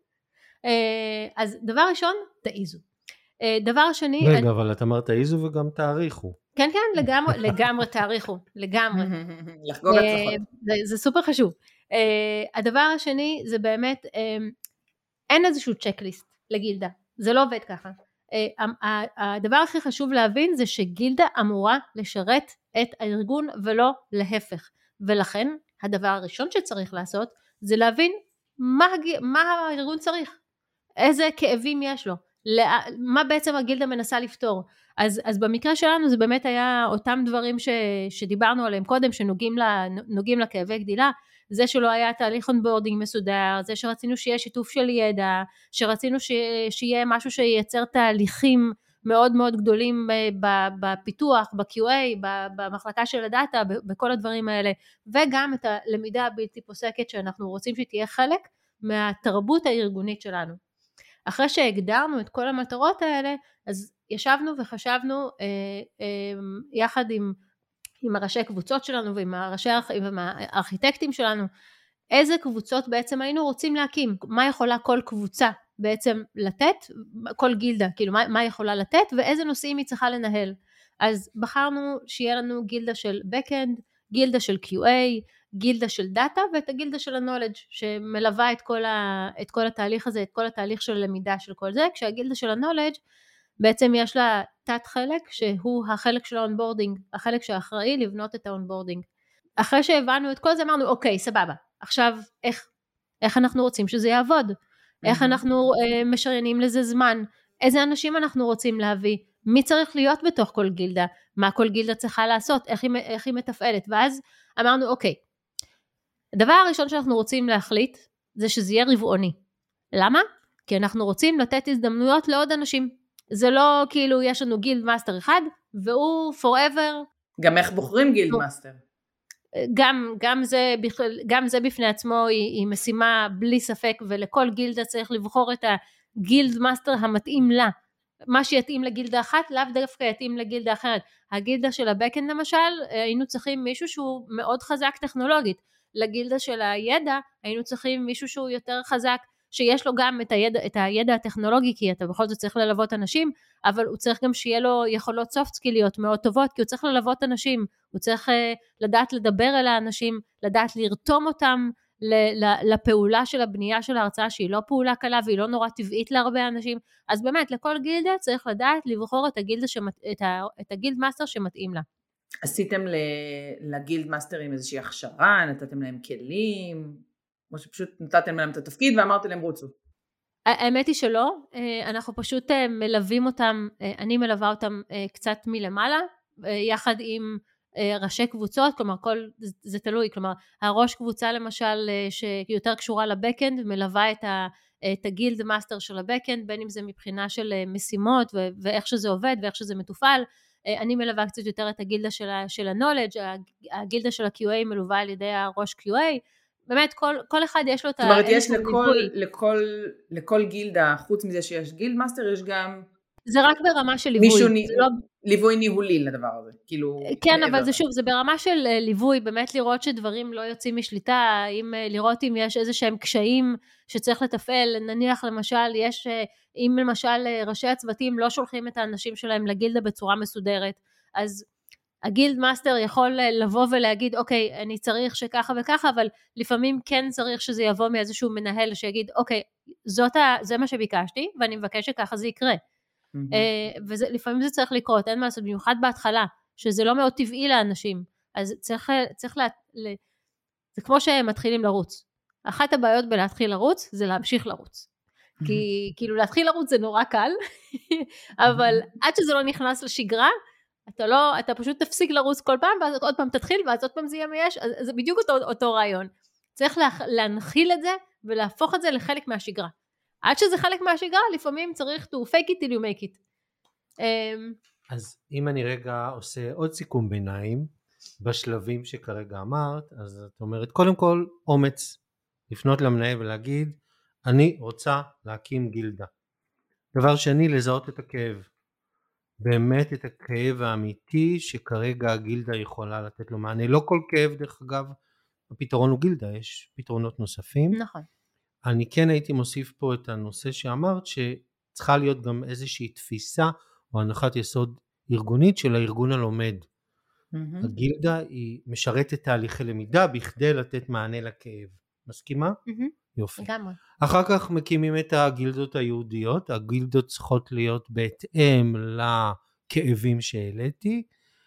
אז דבר ראשון, תעיזו. דבר שני... רגע, אני... אבל את אמרת תעיזו וגם תעריכו. כן, כן, לגמרי, לגמרי תעריכו, לגמרי. לחגוג הצלחות. זה, זה סופר חשוב. Uh, הדבר השני זה באמת um, אין איזשהו צ'קליסט לגילדה, זה לא עובד ככה. uh, הדבר הכי חשוב להבין זה שגילדה אמורה לשרת את הארגון ולא להפך, ולכן הדבר הראשון שצריך לעשות זה להבין מה, מה הארגון צריך, איזה כאבים יש לו, מה בעצם הגילדה מנסה לפתור. אז, אז במקרה שלנו זה באמת היה אותם דברים ש, שדיברנו עליהם קודם, שנוגעים לה, נוגעים לכאבי גדילה, זה שלא היה תהליך אונבורדינג מסודר, זה שרצינו שיהיה שיתוף של ידע, שרצינו ש, שיהיה משהו שייצר תהליכים מאוד מאוד גדולים בפיתוח, ב-קיו איי, במחלקה של הדאטה, בכל הדברים האלה, וגם את הלמידה הבלתי פוסקת שאנחנו רוצים שתהיה חלק מהתרבות הארגונית שלנו. אחרי שהגדרנו את כל המטרות האלה, אז ישבנו וחשבנו אה, אה, יחד עם, עם הראשי קבוצות שלנו ועם הראשי ועם הארכיטקטים שלנו, איזה קבוצות בעצם היינו רוצים להקים, מה יכולה כל קבוצה בעצם לתת, כל גילדה, כאילו מה, מה יכולה לתת ואיזה נושאים היא צריכה לנהל. אז בחרנו שיהיה לנו גילדה של backend, גילדה של קיו איי, גילדה של דאטה ואת הגילדה של ה-knowledge שמלווה את כל, ה, את כל התהליך הזה, את כל התהליך של למידה של כל זה, כשהגילדה של ה-knowledge בעצם יש לה תת חלק שהוא החלק של האונבורדינג, החלק שאחראי לבנות את האונבורדינג. אחרי שהבנו את כל זה אמרנו אוקיי סבבה, עכשיו איך, איך אנחנו רוצים שזה יעבוד, איך אנחנו אה, משריינים לזה זמן, איזה אנשים אנחנו רוצים להביא, מי צריך להיות בתוך כל גילדה, מה כל גילדה צריכה לעשות, איך היא, איך היא מתפעלת, ואז אמרנו אוקיי, הדבר הראשון שאנחנו רוצים להחליט זה שזה יהיה רבעוני. למה? כי אנחנו רוצים לתת הזדמנויות לעוד אנשים. זה לא כאילו יש לנו גילד מאסטר אחד והוא forever. גם איך בוחרים גילד מאסטר? גם, גם, זה, גם זה בפני עצמו היא, היא משימה בלי ספק, ולכל גילדה צריך לבחור את הגילד מאסטר המתאים לה. מה שיתאים לגילדה אחת לאו דווקא יתאים לגילדה אחרת. הגילדה של הבקאנד למשל, היינו צריכים מישהו שהוא מאוד חזק טכנולוגית. לגילדה של הידע היינו צריכים מישהו שהוא יותר חזק, שיש לו גם את הידע, את הידע הטכנולוגי, כי אתה בכל זאת צריך ללוות אנשים, אבל הוא צריך גם שיהיה לו יכולות סופט סקיליות מאוד טובות, כי הוא צריך ללוות אנשים, הוא צריך uh, לדעת לדבר אל האנשים, לדעת לרתום אותם לפעולה של הבנייה של ההרצאה, שהיא לא פעולה קלה והיא לא נורא טבעית להרבה אנשים. אז באמת לכל גילדה צריך לדעת לבחור את הגילדה שמת, את, ה, את הגילד מאסטר שמתאים לה. עשיתם לגילד מאסטרים איזושהי הכשרה, נתתם להם כלים, או שפשוט נתתם להם את התפקיד ואמרתם להם רוצו? האמת היא שלא, אנחנו פשוט מלווים אותם, אני מלווה אותם קצת מלמעלה, יחד עם ראשי קבוצות, כלומר כל, זה תלוי, כלומר הראש קבוצה למשל שיותר קשורה לבקאנד, מלווה את, ה, את הגילד מאסטר של הבקאנד, בין אם זה מבחינה של משימות ו, ואיך שזה עובד ואיך שזה מתופעל, אני מלווה קצת יותר את הגילדה של, של ה-knowledge, הגילדה של ה-קיו איי מלווה על ידי הראש קיו איי, באמת כל, כל אחד יש לו את ה... זאת אומרת יש לכל, לכל, לכל גילדה, חוץ מזה שיש גילד מאסטר, יש גם... זה רק ברמה של ליווי. מישהו נ... לא... ליווי ניהולי לדבר הזה. כאילו, כן, מעבר. אבל זה שוב, זה ברמה של ליווי, באמת לראות שדברים לא יוצאים משליטה, אם, לראות אם יש איזה שהם קשיים שצריך לתפעל, נניח למשל, יש, אם למשל ראשי הצוותים לא שולחים את האנשים שלהם לגילדה בצורה מסודרת, אז הגילד מאסטר יכול לבוא ולהגיד, אוקיי, אני צריך שככה וככה, אבל לפעמים כן צריך שזה יבוא מאיזשהו מנהל שיגיד, אוקיי, זאת ה, זה מה שביקשתי, ואני מבקש שככה זה יקרה. ולפעמים זה צריך לקרות, אין מה לעשות, במיוחד בהתחלה, שזה לא מאוד טבעי לאנשים, אז צריך, צריך לה, זה כמו שהם מתחילים לרוץ, אחת הבעיות בלהתחיל לרוץ, זה להמשיך לרוץ, כי כאילו להתחיל לרוץ זה נורא קל, אבל עד שזה לא נכנס לשגרה, אתה לא, אתה פשוט תפסיק לרוץ כל פעם, ואז עוד פעם תתחיל, ואז עוד פעם זה יהיה מייש, אז זה בדיוק אותו, אותו רעיון, צריך לה, להנחיל את זה, ולהפוך את זה לחלק מהשגרה, עד שזה חלק מהשגרה, לפעמים צריך to fake it till you make it. אז אם אני רגע עושה עוד סיכום ביניים, בשלבים שכרגע אמרת, אז את אומרת, קודם כל, אומץ, לפנות למנהל ולהגיד, אני רוצה להקים גילדה. דבר שני, לזהות את הכאב. באמת את הכאב האמיתי, שכרגע הגילדה יכולה לתת לו מענה. לא כל כאב, דרך אגב, הפתרון הוא גילדה, יש פתרונות נוספים. נכון. אני כן הייתי מוסיף פה את הנושא שאמרת, שצריכה להיות גם איזושהי תפיסה, או הנחת יסוד ארגונית של הארגון הלומד. Mm-hmm. הגילדה היא משרתת תהליכי למידה, בכדי לתת מענה לכאב. מסכימה? Mm-hmm. יופי. לגמרי. אחר כך מקימים את הגילדות היהודיות, הגילדות צריכות להיות בהתאם לכאבים שהעליתי.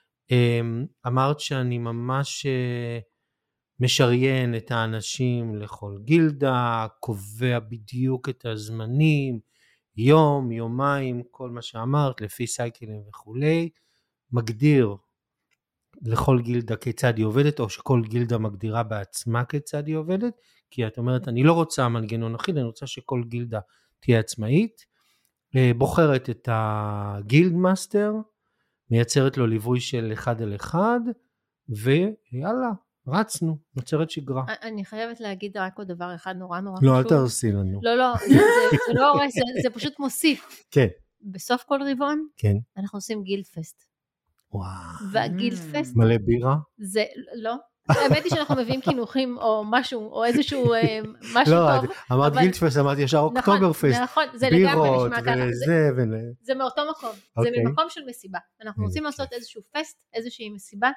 אמרת שאני ממש... משריין את האנשים לכל גילדה, קובע בדיוק את הזמנים, יום, יומיים, כל מה שאמרת, לפי סייקלים וכולי, מגדיר לכל גילדה כיצד היא עובדת, או שכל גילדה מגדירה בעצמה כיצד היא עובדת, כי את אומרת, אני לא רוצה מנגנון אחיד, אני רוצה שכל גילדה תהיה עצמאית, בוחרת את הגילד מאסטר, מייצרת לו ליווי של אחד על אחד, ויאללה, רצנו, נוצרת שגרה. אני חייבת להגיד רק עוד דבר אחד נורא נורא חשוב. לא, אל תרסי לנו. לא, לא, זה לא הורס, זה פשוט מוסיף. כן. בסוף כל רבעון, כן. אנחנו עושים גילד פסט. וואו. והגילד פסט... מלא בירה? זה, לא. האמת היא שאנחנו מביאים כינוחים או משהו, או איזשהו משהו טוב. לא, אמרת גילד פסט, אמרת ישר אוקטובר פסט. נכון, זה לגמרי נשמע ככה. וזה ו... זה מאותו מקום. זה ממקום של מסיבה. אנחנו רוצים לעשות איזשהו פסט, איזושהי מסיבה,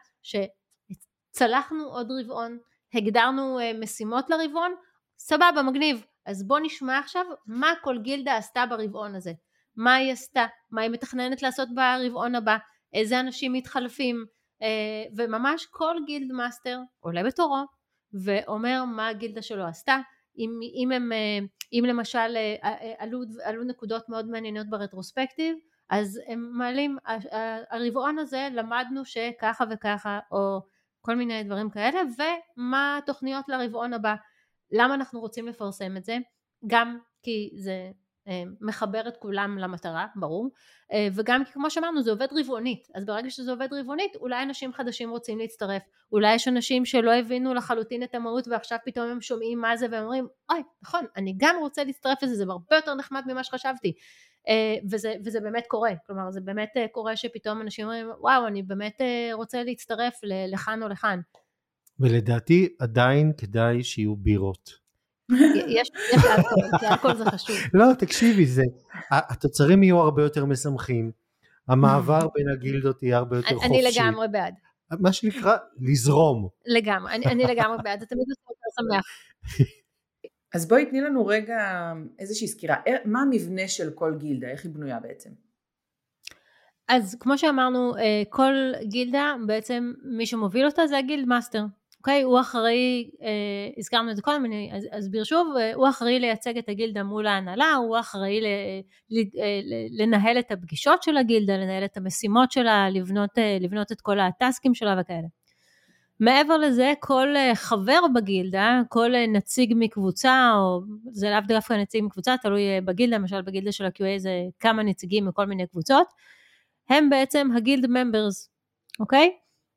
שצלחנו עוד רבעון, הגדרנו משימות לרבעון, סבבה, מגניב. אז בוא נשמע עכשיו מה כל גילדה עשתה ברבעון הזה. מה היא עשתה, מה היא מתכננת לעשות ברבעון הבא, איזה אנשים מתחלפים, וממש כל גילד מאסטר עולה בתורו ואומר מה הגילדה שלו עשתה. אם, אם, הם, אם למשל עלו, עלו נקודות מאוד מעניינות ברטרוספקטיב, אז הם מעלים, הרבעון הזה למדנו שככה וככה, או כל מיני דברים כאלה, ומה התוכניות לרבעון הבא, למה אנחנו רוצים לפרסם את זה, גם כי זה מחבר את כולם למטרה, ברור, וגם כי כמו שאמרנו זה עובד רבעונית, אז ברגע שזה עובד רבעונית, אולי אנשים חדשים רוצים להצטרף, אולי יש אנשים שלא הבינו לחלוטין את המהות, ועכשיו פתאום הם שומעים מה זה, והם אומרים, אוי, נכון, אני גם רוצה להצטרף לזה, זה הרבה יותר נחמד ממה שחשבתי, וזה, וזה באמת קורה, כלומר זה באמת קורה שפתאום אנשים אומרים, וואו, אני באמת רוצה להצטרף לכאן או לכאן. ולדעתי עדיין כדאי שיהיו בירות. יש אלכוהול, כי אלכוהול זה חשוב. לא, תקשיבי, זה, התוצרים יהיו הרבה יותר משמחים, המעבר בין הגילדות יהיה הרבה יותר חופשי. אני לגמרי בעד. מה שנקרא, לזרום. לגמרי, אני לגמרי בעד, זה תמיד יותר שמח. אז בואי תני לנו רגע איזושהי סקירה, מה המבנה של כל גילדה, איך היא בנויה בעצם? אז כמו שאמרנו, כל גילדה בעצם מי שמוביל אותה זה הגילד מאסטר. אוקיי? הוא אחראי, אה, הזכרנו את זה קודם, אני אסביר שוב, הוא אחראי לייצג את הגילדה מול ההנהלה, הוא אחראי ל, ל, ל, לנהל את הפגישות של הגילדה, לנהל את המשימות שלה, לבנות, לבנות את כל הטסקים שלה וכאלה. מעבר לזה, כל חבר בגילדה, כל נציג מקבוצה, או זה לאו דווקא נציג מקבוצה, תלוי בגילדה, למשל בגילדה של ה-קיו איי זה כמה נציגים מכל מיני קבוצות, הם בעצם הגילד ממברס, אוקיי?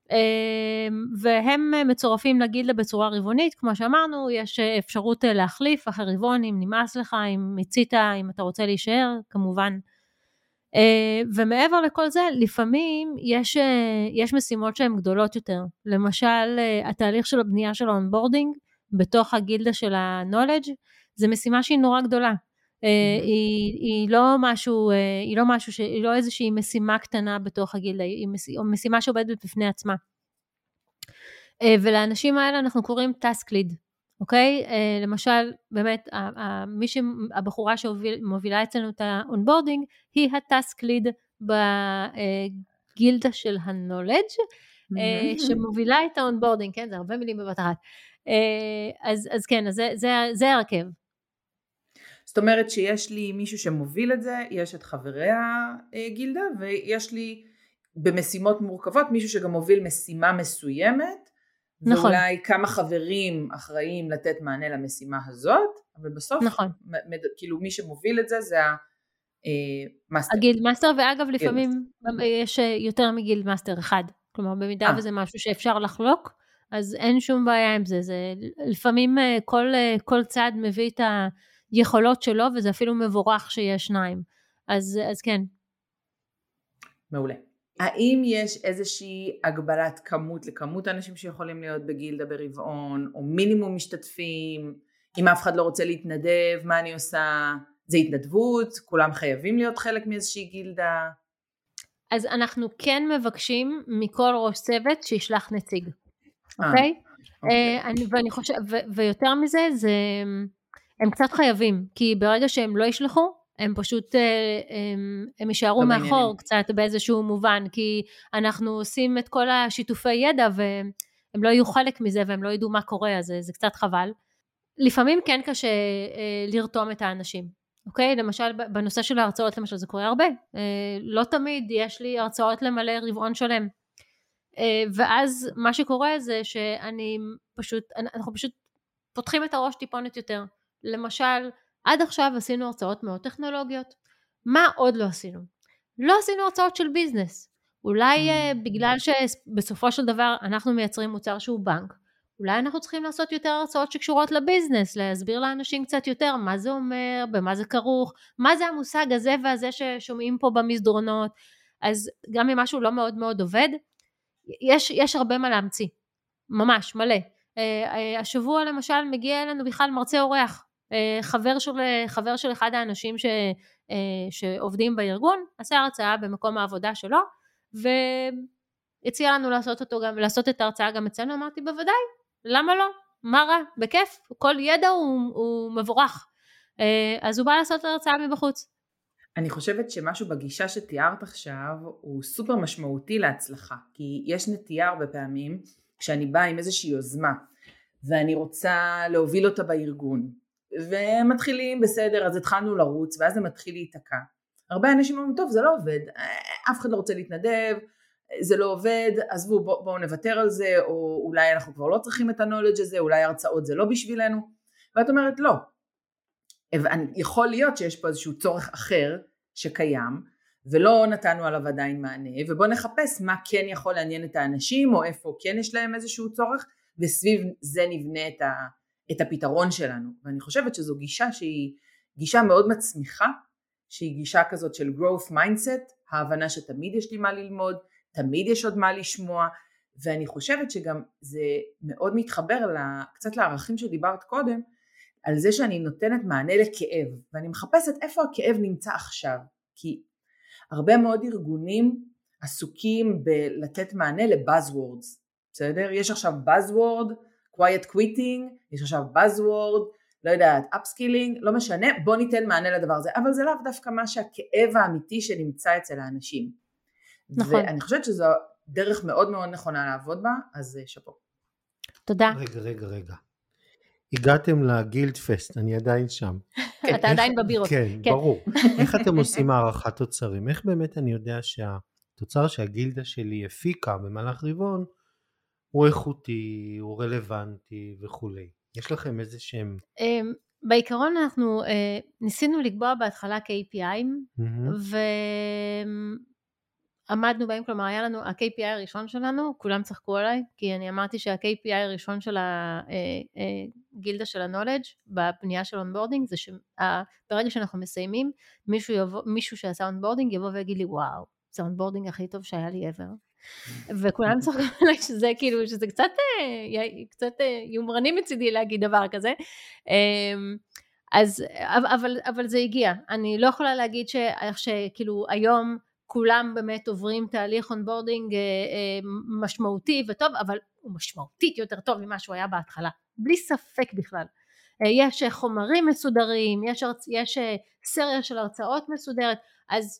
והם מצורפים לגילדה בצורה רבעונית, כמו שאמרנו, יש אפשרות להחליף אחרי רבעון, אם נמאס לך, אם מצית, אם אתה רוצה להישאר, כמובן. ומעבר לכל זה, לפעמים יש, יש משימות שהן גדולות יותר, למשל, התהליך של הבנייה של האונבורדינג, בתוך הגילדה של ה-knowledge, זה משימה שהיא נורא גדולה, היא, היא לא משהו, היא לא משהו, היא לא איזושהי משימה קטנה בתוך הגילדה, היא משימה שעובדת בפני עצמה. ולאנשים האלה אנחנו קוראים task lead, אוקיי? למשל, באמת, מי שהבחורה שמובילה אצלנו את ה-onboarding, היא ה-task lead בגילדה של ה-knowledge, שמובילה את ה-onboarding, כן? זה הרבה מילים בבת אחת. אז, אז כן, אז זה, זה, זה הרכב. זאת אומרת שיש לי מישהו שמוביל את זה, יש את חברי הגילדה, ויש לי במשימות מורכבות מישהו שגם מוביל משימה מסוימת, נכון. ואולי כמה חברים אחראים לתת מענה למשימה הזאת, אבל בסוף, נכון. מד, כאילו מי שמוביל את זה זה המאסטר. הגילד מאסטר, ואגב לפעמים יש יותר מגילד מאסטר אחד, כלומר במידה 아. וזה משהו שאפשר לחלוק, אז אין שום בעיה עם זה, זה לפעמים כל, כל צד מביא את ה... יכולות שלו, וזה אפילו מבורך שיש שניים. אז, אז כן. מעולה. האם יש איזושהי הגבלת כמות לכמות האנשים שיכולים להיות בגילדה ברבעון, או מינימום משתתפים? אם אף אחד לא רוצה להתנדב, מה אני עושה? זה התנדבות? כולם חייבים להיות חלק מאיזושהי גילדה? אז אנחנו כן מבקשים מכל ראש צוות שישלח נציג. אוקיי? אוקיי. ואני חושב, ויותר מזה, זה... הם קצת חייבים, כי ברגע שהם לא ישלחו, הם פשוט, הם, הם יישארו מאחור קצת באיזשהו מובן, כי אנחנו עושים את כל השיתופי ידע, והם לא יהיו חלק מזה, והם לא ידעו מה קורה, אז זה, זה קצת חבל. לפעמים כן קשה לרתום את האנשים, אוקיי? למשל, בנושא של ההרצאות, למשל, זה קורה הרבה. לא תמיד יש לי הרצאות למלא רבעון שלם. ואז מה שקורה זה שאני פשוט, אנחנו פשוט פותחים את הראש טיפונת יותר. למשל, עד עכשיו עשינו הרצאות מאוד טכנולוגיות. מה עוד לא עשינו? לא עשינו הרצאות של ביזנס. אולי mm. בגלל שבסופו של דבר אנחנו מייצרים מוצר שהוא בנק, אולי אנחנו צריכים לעשות יותר הרצאות שקשורות לביזנס, להסביר לאנשים קצת יותר מה זה אומר, במה זה כרוך, מה זה המושג הזה והזה ששומעים פה במסדרונות. אז גם אם משהו לא מאוד מאוד עובד, יש, יש הרבה מה להמציא. ממש, מלא. השבוע למשל מגיע אלינו בכלל מרצה אורח, חבר של, חבר של אחד האנשים ש, שעובדים בארגון, עשה הרצאה במקום העבודה שלו, והציע לנו לעשות אותו גם, לעשות את ההרצאה גם אצלנו. אמרתי בוודאי, למה לא? מה רע? בכיף, כל ידע הוא, הוא מבורך. אז הוא בא לעשות את ההרצאה מבחוץ. אני חושבת שמשהו בגישה שתיארת עכשיו הוא סופר משמעותי להצלחה, כי יש נטייה הרבה פעמים כשאני באה עם איזושהי יוזמה ואני רוצה להוביל אותה בארגון, ומתחילים בסדר, אז התחלנו לרוץ ואז זה מתחיל להיתקע. הרבה אנשים אומרים, טוב, זה לא עובד, אף אחד לא רוצה להתנדב, זה לא עובד, עזבו, בואו בוא נוותר על זה, או אולי אנחנו כבר לא צריכים את הנולדג' הזה, אולי הרצאות זה לא בשבילנו. ואת אומרת, לא. יכול להיות שיש פה איזשהו צורך אחר שקיים, ולא נתנו עליו עדיין מענה, ובואו נחפש מה כן יכול לעניין את האנשים, או איפה כן יש להם איזשהו צורך, וסביב זה נבנה את, ה, את הפתרון שלנו. ואני חושבת שזו גישה שהיא גישה מאוד מצמיחה, שהיא גישה כזאת של growth mindset, ההבנה שתמיד יש לי מה ללמוד, תמיד יש עוד מה לשמוע, ואני חושבת שגם זה מאוד מתחבר לה, קצת לערכים שדיברת קודם, על זה שאני נותנת מענה לכאב, ואני מחפשת איפה הכאב נמצא עכשיו, כי הרבה מאוד ארגונים עסוקים בלתת מענה לבאזוורדס, בסדר? יש עכשיו buzzword, quiet quitting, יש עכשיו buzzword, לא יודעת, upskilling, לא משנה, בוא ניתן מענה לדבר הזה, אבל זה לאו דווקא מה שהכאב האמיתי שנמצא אצל האנשים. נכון. ואני חושבת שזו דרך מאוד מאוד נכונה לעבוד בה, אז שפו. תודה. רגע, רגע, רגע. הגעתם לגילד פסט, אני עדיין שם. אתה עדיין בבירות. כן, ברור. איך אתם עושים הערכת תוצרים? איך באמת אני יודע שהתוצר שהגילדה שלי הפיקה במהלך רבעון, הוא איכותי, הוא רלוונטי וכולי? יש לכם איזה שהם... בעיקרון אנחנו ניסינו לקבוע בהתחלה קיי פי איים, ועמדנו בהם, כלומר היה לנו, ה-קיי פי איי הראשון שלנו, כולם צחקו עליי, כי אני אמרתי שה-קיי פי איי הראשון של הגילדה של ה-knowledge, בבנייה של אונבורדינג, זה שברגע שאנחנו מסיימים, מישהו, יבוא, מישהו שעשה אונבורדינג יבוא ויגיד לי, וואו, זה האונבורדינג הכי טוב שהיה לי ever. וכולם צוחקים עליי שזה כאילו, שזה קצת, קצת יומרני מצידי להגיד דבר כזה. אז, אבל, אבל זה הגיע. אני לא יכולה להגיד ש, שכאילו היום כולם באמת עוברים תהליך אונבורדינג משמעותי וטוב, אבל הוא משמעותית יותר טוב ממה שהוא היה בהתחלה. בלי ספק בכלל. יש חומרים מסודרים, יש, יש סריה של הרצאות מסודרת, אז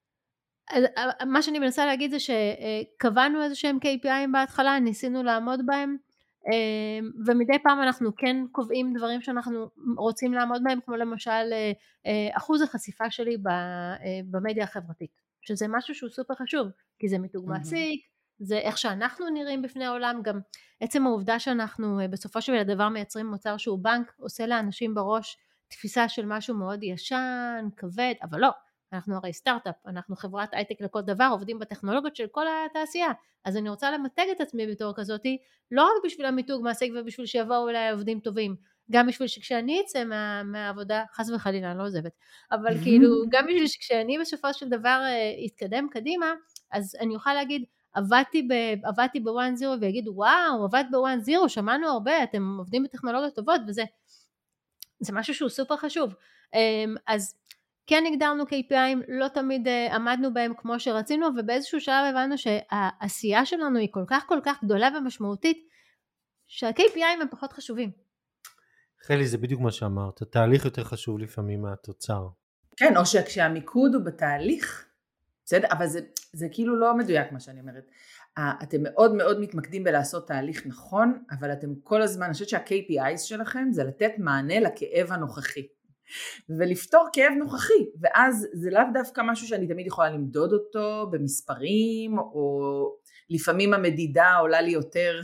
מה שאני מנסה להגיד זה שקבענו איזה שהם קיי פי איים בהתחלה, ניסינו לעמוד בהם, ומדי פעם אנחנו כן קובעים דברים שאנחנו רוצים לעמוד בהם, כמו למשל אחוז החשיפה שלי במדיה החברתית, שזה משהו שהוא סופר חשוב, כי זה מיתוג מעסיק, זה איך שאנחנו נראים בפני העולם, גם עצם העובדה שאנחנו בסופו של דבר מייצרים מוצר שהוא בנק, עושה לאנשים בראש תפיסה של משהו מאוד ישן, כבד, אבל לא, אנחנו הרי סטארט-אפ, אנחנו חברת הייטק לכל דבר, עובדים בטכנולוגיות של כל התעשייה, אז אני רוצה למתג את עצמי בתור כזאתי, לא רק בשביל המיתוג מעסיק ובשביל שיבואו אליי עובדים טובים, גם בשביל שכשאני אצא מה, מהעבודה, חס וחלילה, אני לא עוזבת, אבל כאילו, גם בשביל שכשאני בסופו של דבר יתקדם קדימה, אז אני אוכל להגיד, עבדתי ב, עבדתי ב-וואן זירו, ויגידו, וואו, עבדת ב-וואן זירו, שמענו הרבה, אתם עובדים בטכנולוגיות טובות, וזה, זה משהו שהוא סופר חשוב. אז כן הגדרנו קיי פי איים, לא תמיד עמדנו בהם כמו שרצינו, ובאיזשהו שלב הבנו שהעשייה שלנו היא כל כך כל כך גדולה ומשמעותית, שה-קיי פי איים הם פחות חשובים. חלי, זה בדיוק מה שאמרת, התהליך יותר חשוב לפעמים מהתוצר. כן, או שכשהמיקוד הוא בתהליך, בסדר, אבל זה, זה כאילו לא מדויק מה שאני אומרת. אתם מאוד מאוד מתמקדים בלעשות תהליך נכון, אבל אתם כל הזמן, אני חושבת שה-קיי פי איז שלכם זה לתת מענה לכאב הנוכחי. ולפתור כאב נוכחי, ואז זה לאו דווקא משהו שאני תמיד יכולה למדוד אותו במספרים, או לפעמים המדידה עולה לי יותר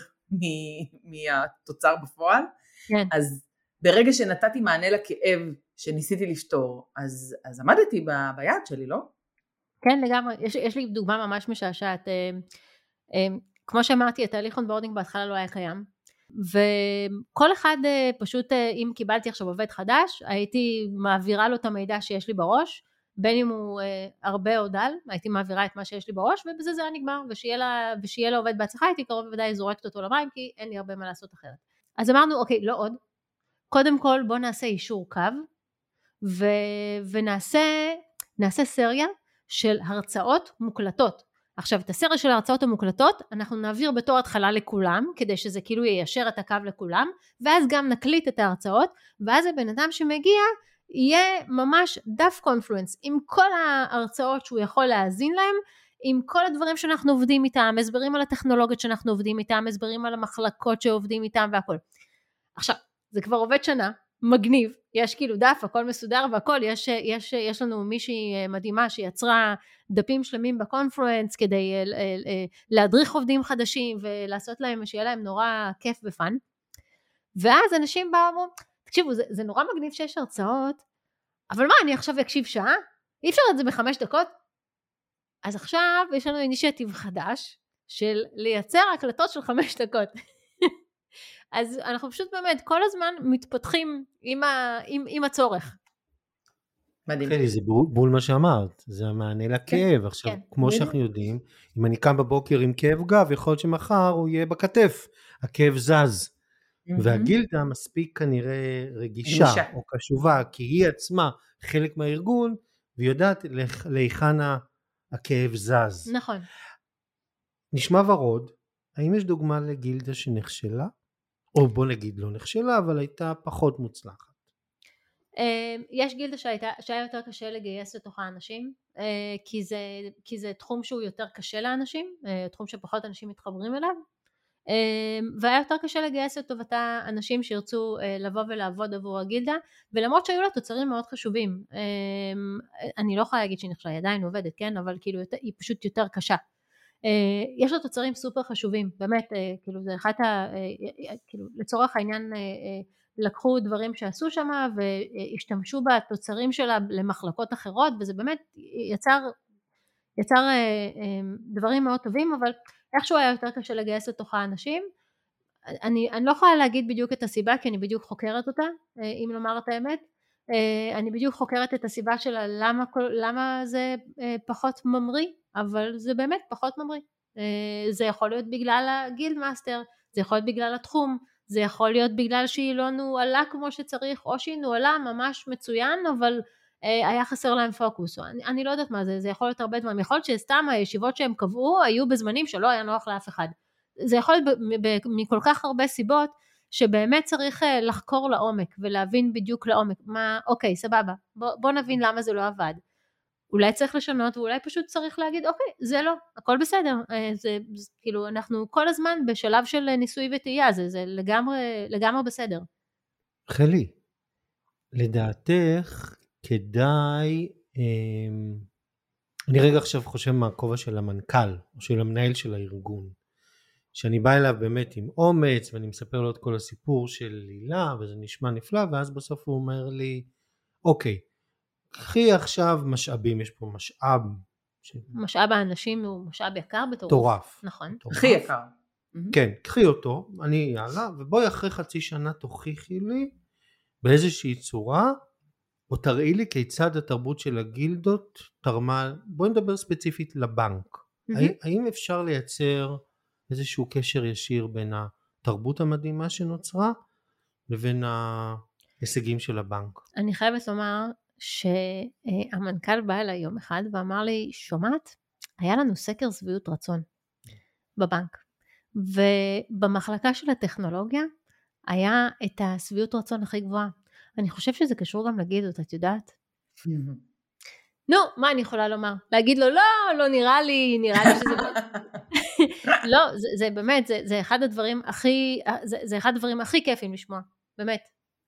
מהתוצר בפועל, כן. אז ברגע שנתתי מענה לכאב שניסיתי לפתור, אז, אז עמדתי ב, ביד שלי, לא? כן, לגמרי, יש, יש לי דוגמה ממש משעשעת, כמו שאמרתי, התהליך אונבורדינג בהתחלה לא היה קיים, וכל אחד פשוט, אם קיבלתי עכשיו עובד חדש, הייתי מעבירה לו את המידע שיש לי בראש, בין אם הוא הרבה או דל, הייתי מעבירה את מה שיש לי בראש, ובזה זה היה נגמר, ושיהיה לה, ושיהיה לה עובד בהצלחה, הייתי קרוב בוודאי זורקת אותו למים, כי אין לי הרבה מה לעשות אחרת. אז אמרנו, אוקיי, לא עוד, קודם כל בוא נעשה אישור קו, ו, ונעשה נעשה סריה של הרצאות מוקלטות. עכשיו, את הסריה של ההרצאות המוקלטות, אנחנו נעביר בתור התחלה לכולם, כדי שזה כאילו יישר את הקו לכולם, ואז גם נקליט את ההרצאות, ואז הבן אדם שמגיע, יהיה ממש דף קונפלואנס, עם כל ההרצאות שהוא יכול להאזין להם, עם כל הדברים שאנחנו עובדים איתם, הסברים על הטכנולוגיות שאנחנו עובדים איתם, הסברים על המחלקות שעובדים איתם והכל. עכשיו, זה כבר עובד שנה, מגניב, יש כאילו דף, הכל מסודר והכל, יש, יש, יש לנו מישהי מדהימה שיצרה דפים שלמים בקונפלואנס כדי להדריך עובדים חדשים ולעשות להם, שיהיה להם נורא כיף ופן, ואז אנשים באו ואמרו, תקשיבו, זה, זה נורא מגניב שיש הרצאות, אבל מה, אני עכשיו אקשיב שעה? אי אפשר את זה בחמש דקות? אז עכשיו יש לנו אינישטיב חדש של לייצר הקלטות של חמש דקות. אז אנחנו פשוט באמת כל הזמן מתפתחים עם, ה, עם, עם הצורך. מדהים. חלי, זה בול מה שאמרת, זה המענה לכאב. כן, עכשיו, כן. כמו שאנחנו יודעים, אם אני קם בבוקר עם כאב גב, יכול להיות שמחר הוא יהיה בכתף, הכאב זז. והגילדה מספיק כנראה רגישה רגישה. או קשובה, כי היא עצמה חלק מהארגון, והיא יודעת להיכן הכאב זז. נכון. נשמע ורוד, האם יש דוגמה לגילדה שנכשלה? או בוא נגיד לא נכשלה, אבל הייתה פחות מוצלחת. יש גילדה שהייתה, שהיה יותר קשה לגייס לתוך האנשים, כי זה, כי זה תחום שהוא יותר קשה לאנשים, תחום שפחות אנשים מתחברים אליו, והיה יותר קשה לגייס לטובת אנשים שירצו לבוא ולעבוד עבור הגילדה, ולמרות שהיו לה תוצרים מאוד חשובים, אני לא יכולה להגיד שהיא נכשלה, היא עדיין עובדת, כן, אבל כאילו היא פשוט יותר קשה. יש לה תוצרים סופר חשובים, באמת, כאילו זה אחת ה... כאילו לצורך העניין לקחו דברים שעשו שם והשתמשו בתוצרים שלה למחלקות אחרות, וזה באמת יצר, יצר דברים מאוד טובים, אבל איכשהו היה יותר קשה לגייס לתוך האנשים. אני, אני לא יכולה להגיד בדיוק את הסיבה, כי אני בדיוק חוקרת אותה, אם לומר את האמת. אני בדיוק חוקרת את הסיבה שלה, למה, למה זה פחות ממריא, אבל זה באמת פחות ממריא. זה יכול להיות בגלל הגילד מאסטר, זה יכול להיות בגלל התחום, זה יכול להיות בגלל שהיא לא נועלה כמו שצריך, או שהיא נועלה ממש מצוין, אבל היה חסר להם פוקוס. אני, אני לא יודעת מה זה, זה יכול להיות הרבה דברים. יכול להיות שסתם הישיבות שהם קבעו, היו בזמנים שלא היה נוח לאף אחד. זה יכול להיות מכל כך הרבה סיבות, שבאמת צריך לחקור לעומק, ולהבין בדיוק לעומק, מה, אוקיי, סבבה, בוא, בוא נבין למה זה לא עבד. אולי צריך לשנות, ואולי פשוט צריך להגיד, אוקיי, זה לא, הכל בסדר. זה, זה כאילו, אנחנו כל הזמן בשלב של ניסוי וטעייה, זה, זה לגמרי, לגמרי בסדר. חלי, לדעתך כדאי, אני רגע עכשיו חושב מהכובע של המנכ"ל, או של המנהל של הארגון, שאני בא אליו באמת עם אומץ, ואני מספר לו את כל הסיפור של לילה, וזה נשמע נפלא, ואז בסוף הוא אומר לי, אוקיי, קחי עכשיו משאבים, יש פה משאב. ש... משאב האנשים הוא משאב יקר בטורף. טורף. נכון. הכי יקר. כן, קחי אותו, אני יאללה, ובואי אחרי חצי שנה תוכיחי לי, באיזושהי צורה, או תראי לי כיצד התרבות של הגילדות תרמה, בואי נדבר ספציפית לבנק. האם אפשר לייצר איזשהו קשר ישיר בין התרבות המדהימה שנוצרה, לבין ההישגים של הבנק? אני חייבת לומר שהמנכ"ל בא אליי יום אחד ואמר לי, שומעת, היה לנו סקר שביעות רצון בבנק, ובמחלקה של הטכנולוגיה היה את השביעות רצון הכי גבוהה. אני חושב שזה קשור גם לגילדות, את יודעת? נו, מה אני יכולה לומר? להגיד לו, לא, לא נראה לי, נראה לי שזה... לא, זה, זה באמת, זה, זה אחד הדברים הכי, זה, זה אחד הדברים הכי כיפים לשמוע, באמת.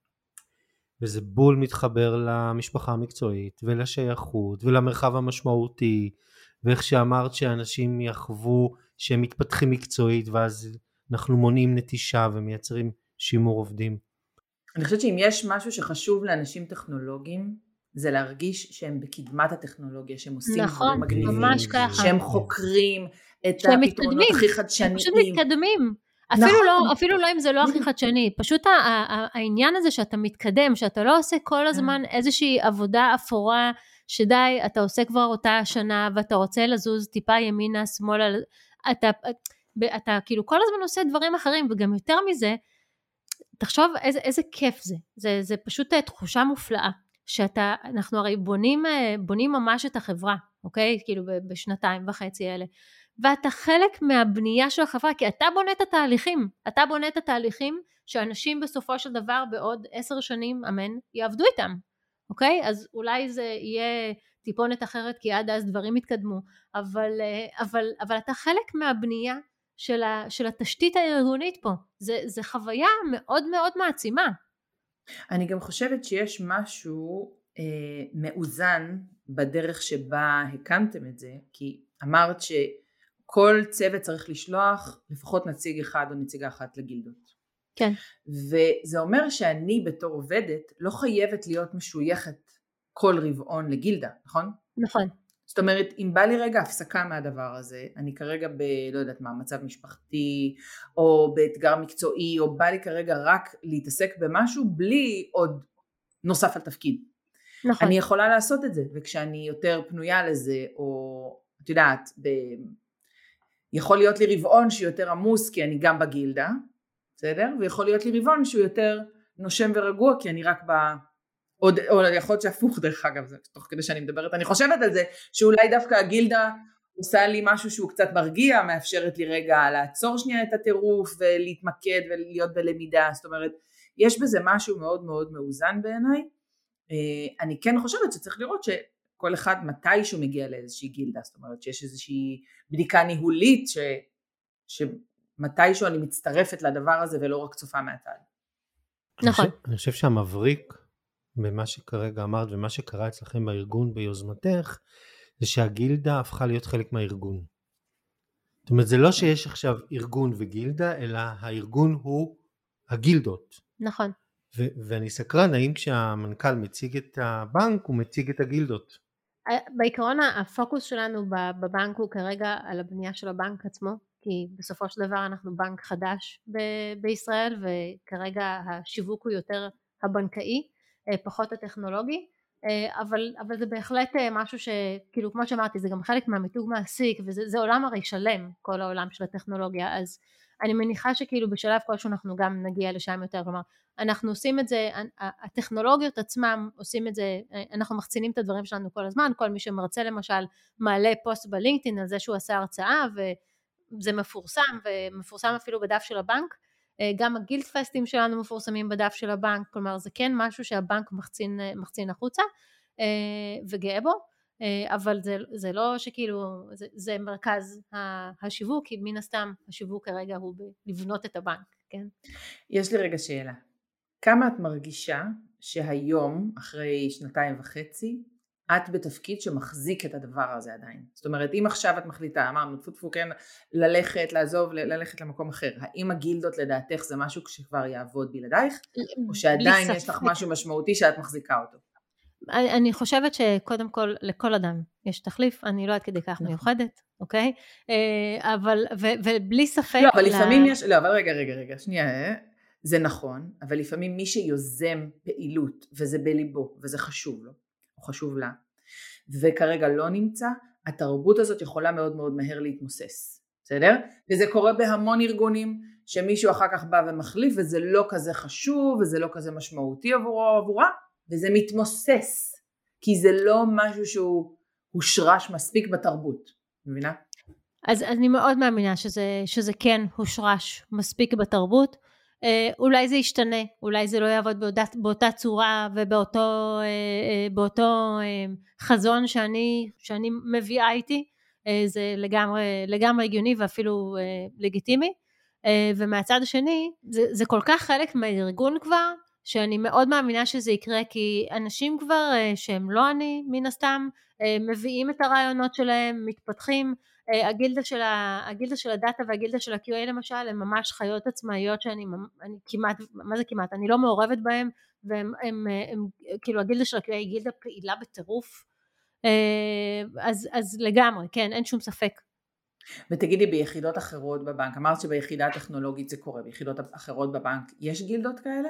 וזה בול מתחבר למשפחה המקצועית, ולשייכות, ולמרחב המשמעותי, ואיך שאמרת שאנשים יחוו שהם מתפתחים מקצועית, ואז אנחנו מונעים נטישה ומייצרים שימור עובדים. אני חושבת שאם יש משהו שחשוב לאנשים טכנולוגיים, זה להרגיש שהם בקדמת הטכנולוגיה, שהם עושים נכון, ממש ככה. שהם חוקרים את הפתרונות הכי חדשניים. הם פשוט מתקדמים. אפילו, נכון. לא, אפילו לא אם זה לא הכי חדשני, פשוט העניין הזה שאתה מתקדם, שאתה לא עושה כל הזמן איזושהי עבודה אפורה, שדי, אתה עושה כבר אותה שנה, ואתה רוצה לזוז טיפה ימינה, שמאלה, אתה, אתה כאילו כל הזמן עושה דברים אחרים, וגם יותר מזה, תחשוב איזה, איזה כיף זה, זה, זה פשוט תחושה מופלאה, שאתה, אנחנו הרי בונים, בונים ממש את החברה, אוקיי? כאילו בשנתיים וחצי האלה, ואתה חלק מהבנייה של החברה, כי אתה בונה את התהליכים, אתה בונה את התהליכים, שאנשים בסופו של דבר בעוד עשר שנים, אמן, יעבדו איתם, אוקיי? אז אולי זה יהיה טיפונת אחרת, כי עד אז דברים יתקדמו, אבל, אבל, אבל אתה חלק מהבנייה, של, ה, של התשתית הארגונית פה, זה, זה חוויה מאוד מאוד מעצימה. אני גם חושבת שיש משהו אה, מאוזן בדרך שבה הקמתם את זה, כי אמרת שכל צוות צריך לשלוח לפחות נציג אחד או נציגה אחת לגילדות. כן. וזה אומר שאני בתור עובדת לא חייבת להיות משויכת כל רבעון לגילדה, נכון? נכון. זאת אומרת, אם בא לי רגע הפסקה מהדבר הזה, אני כרגע ב, לא יודעת מה, מצב משפחתי, או באתגר מקצועי, או בא לי כרגע רק להתעסק במשהו, בלי עוד נוסף על תפקיד. נכון. אני יכולה לעשות את זה, וכשאני יותר פנויה לזה, או, את יודעת, ב, יכול להיות לי רבעון שיותר עמוס, כי אני גם בגילדה, בסדר? ויכול להיות לי רבעון שהוא יותר נושם ורגוע, כי אני רק ב... או, או יכול להיות שהפוך דרך אגב, זה תוך כדי שאני מדברת, אני חושבת על זה, שאולי דווקא הגילדה עושה לי משהו שהוא קצת מרגיע, מאפשרת לי רגע לעצור שנייה את הטירוף, ולהתמקד ולהיות בלמידה, זאת אומרת, יש בזה משהו מאוד מאוד מאוזן בעיניי, אני כן חושבת שצריך לראות שכל אחד מתישהו מגיע לאיזושהי גילדה, זאת אומרת שיש איזושהי בדיקה ניהולית, ש, מתישהו אני מצטרפת לדבר הזה ולא רק צופה מהצד. נכון. אני חושב, אני חושב שהמבריק במה שכרגע אמרת ומה שקרה אצלכם בארגון ביוזמתך, זה שהגילדה הפכה להיות חלק מהארגון. זאת אומרת, זה לא שיש עכשיו ארגון וגילדה, אלא הארגון הוא הגילדות. נכון. ו- ואני סקרן, האם כשהמנכ"ל מציג את הבנק, הוא מציג את הגילדות? בעיקרון הפוקוס שלנו בבנק הוא כרגע על הבנייה של הבנק עצמו, כי בסופו של דבר אנחנו בנק חדש ב- בישראל, וכרגע השיווק הוא יותר הבנקאי, פחות הטכנולוגי, אבל, אבל זה בהחלט משהו שכאילו כמו שאמרתי, זה גם חלק מהמיתוג מעסיק, וזה זה עולם הרי שלם, כל העולם של הטכנולוגיה, אז אני מניחה שכאילו בשלב כלשהו אנחנו גם נגיע לשם יותר, כלומר אנחנו עושים את זה, הטכנולוגיות עצמם עושים את זה, אנחנו מחצינים את הדברים שלנו כל הזמן, כל מי שמרצה למשל מעלה פוסט בלינקדאין על זה שהוא עשה הרצאה, וזה מפורסם, ומפורסם אפילו בדף של הבנק, גם הגילד פסטים שלנו מפורסמים בדף של הבנק, כלומר זה כן משהו שהבנק מחצין, מחצין החוצה וגאה בו, אבל זה, זה לא שכאילו, זה, זה מרכז השיווק, כי מן הסתם השיווק כרגע הוא לבנות את הבנק, כן? יש לי רגע שאלה, כמה את מרגישה שהיום, אחרי שנתיים וחצי, את בתפקיד שמחזיק את הדבר הזה עדיין? זאת אומרת, אם עכשיו את מחליטה, אמרנו, תפו כן, ללכת, לעזוב, ללכת למקום אחר, האם הגילדות לדעתך זה משהו שכבר יעבוד בלעדייך? או שעדיין יש לך משהו משמעותי שאת מחזיקה אותו? אני, אני חושבת שקודם כל, לכל אדם יש תחליף, אני לא עד כדי כך מיוחדת, אוקיי? אבל, ו, ובלי ספק... לא, אבל לפעמים יש, לא, אבל רגע, רגע, רגע, שנייה, זה נכון, אבל לפעמים מי שיוזם פעילות, וזה בליבו, וזה חשוב לו, או חשוב לה, וכרגע לא נמצא, התרבות הזאת יכולה מאוד מאוד מהר להתמוסס, בסדר? וזה קורה בהמון ארגונים, שמישהו אחר כך בא ומחליף, וזה לא כזה חשוב, וזה לא כזה משמעותי עבורו או עבורה, וזה מתמוסס, כי זה לא משהו שהוא הושרש מספיק בתרבות, מבינה? אז אני מאוד מאמינה שזה, שזה כן הושרש מספיק בתרבות, אה, אולי זה ישתנה, אולי זה לא יעבוד באותה, באותה צורה ובאותו אה, אה, באותו אה, חזון שאני, שאני מביאה איתי, אה, זה לגמרי, לגמרי הגיוני ואפילו אה, לגיטימי, אה, ומהצד השני זה, זה כל כך חלק מהארגון כבר, שאני מאוד מאמינה שזה יקרה, כי אנשים כבר אה, שהם לא אני מן הסתם, אה, מביאים את הרעיונות שלהם, מתפתחים, הגילדה של, ה, הגילדה של הדאטה והגילדה של ה-קיו איי למשל, הם ממש חיות עצמאיות שאני אני כמעט, מה זה כמעט, אני לא מעורבת בהם, והם הם, הם, הם, כאילו הגילדה של ה-קיו איי היא גילדה פעילה בטירוף, אז, אז לגמרי, כן, אין שום ספק. ותגידי, ביחידות אחרות בבנק, אמרת שביחידה הטכנולוגית זה קורה, ביחידות אחרות בבנק, יש גילדות כאלה?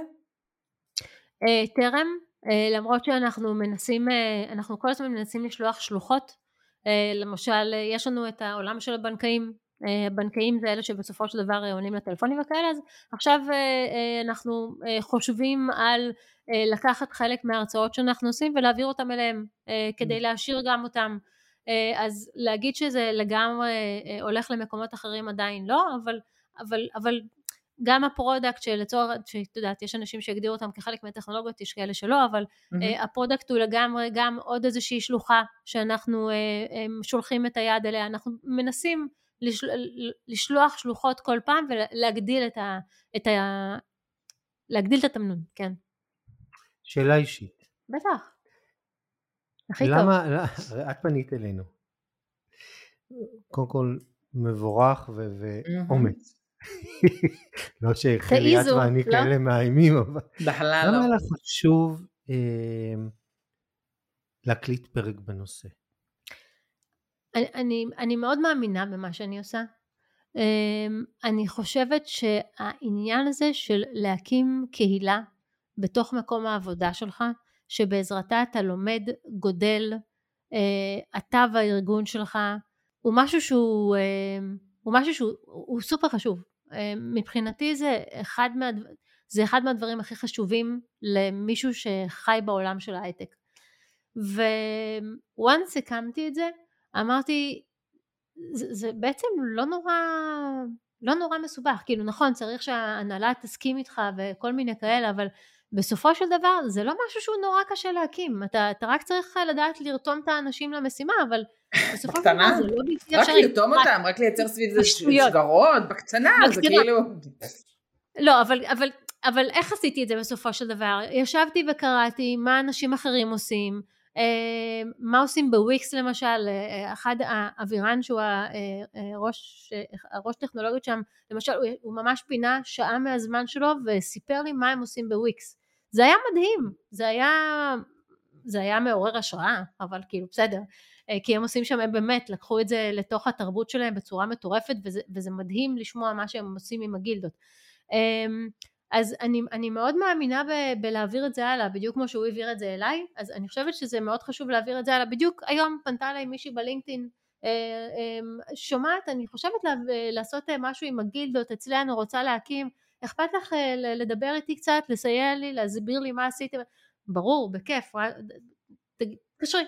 טרם, למרות שאנחנו מנסים, אנחנו כל הזמן מנסים לשלוח שלוחות, למשל יש לנו את העולם של הבנקאים, הבנקאים זה אלה שבסופו של דבר עונים לטלפונים וכאלה, אז עכשיו אנחנו חושבים על לקחת חלק מההרצאות שאנחנו עושים ולהעביר אותם אליהם, כדי להשאיר גם אותם, אז להגיד שזה לגמרי הולך למקומות אחרים עדיין לא, אבל, אבל, אבל גם הפרודקט שלצורך, שאת יודעת, יש אנשים שהגדירו אותם כחלק מהטכנולוגיות, יש כאלה שלא, אבל mm-hmm. uh, הפרודקט הוא לגמרי גם עוד איזושהי שלוחה שאנחנו uh, um, שולחים את היד אליה, אנחנו מנסים לשל, לשלוח שלוחות כל פעם ולהגדיל את ה... את ה להגדיל את התמנון, כן. שאלה אישית. בטח. הכי למה, טוב. למה, את פנית אלינו. קודם כל מבורך ו- ואומץ. לא שחלי את ואני כאלה מאיימים, אבל בכלל לא. למה לך חשוב אה, להקליט פרק בנושא? אני, אני, אני מאוד מאמינה במה שאני עושה. אני חושבת שהעניין הזה של להקים קהילה בתוך מקום העבודה שלך, שבעזרתה אתה לומד, גודל, אתה והארגון שלך, הוא משהו שהוא, הוא משהו שהוא הוא סופר חשוב. מבחינתי זה אחד, מה, זה אחד מהדברים הכי חשובים למישהו שחי בעולם של ההייטק. וואנס הקמתי את זה, אמרתי, זה, זה בעצם לא נורא, לא נורא מסובך, כאילו נכון, צריך שההנהלה תסכים איתך וכל מיני כאלה, אבל בסופו של דבר זה לא משהו שהוא נורא קשה להקים, אתה, אתה רק צריך לדעת לרתום את האנשים למשימה, אבל בקטנה? רק לרתום אותם, רק לייצר סביב זה שגרות, בקטנה, זה כאילו... לא, אבל, אבל, אבל איך עשיתי את זה בסופו של דבר? ישבתי וקראתי מה אנשים אחרים עושים, מה עושים בוויקס למשל, אחד האווירן שהוא הראש, הראש טכנולוגיות שם, למשל הוא ממש פינה שעה מהזמן שלו וסיפר לי מה הם עושים בוויקס. זה היה מדהים, זה היה, זה היה מעורר השראה, אבל כאילו בסדר, כי הם עושים שם, הם באמת לקחו את זה לתוך התרבות שלהם בצורה מטורפת, וזה, וזה מדהים לשמוע מה שהם עושים עם הגילדות. אז אני, אני מאוד מאמינה ב, בלהעביר את זה הלאה, בדיוק כמו שהוא העביר את זה אליי, אז אני חושבת שזה מאוד חשוב להעביר את זה הלאה. בדיוק היום פנתה אליי מישהי בלינקדאין, שומעת, אני חושבת לה, לעשות משהו עם הגילדות אצלנו, רוצה להקים, אכפת לך לדבר איתי קצת, לסייע לי, להסביר לי מה עשיתם, ברור, בכיף, תקשרי.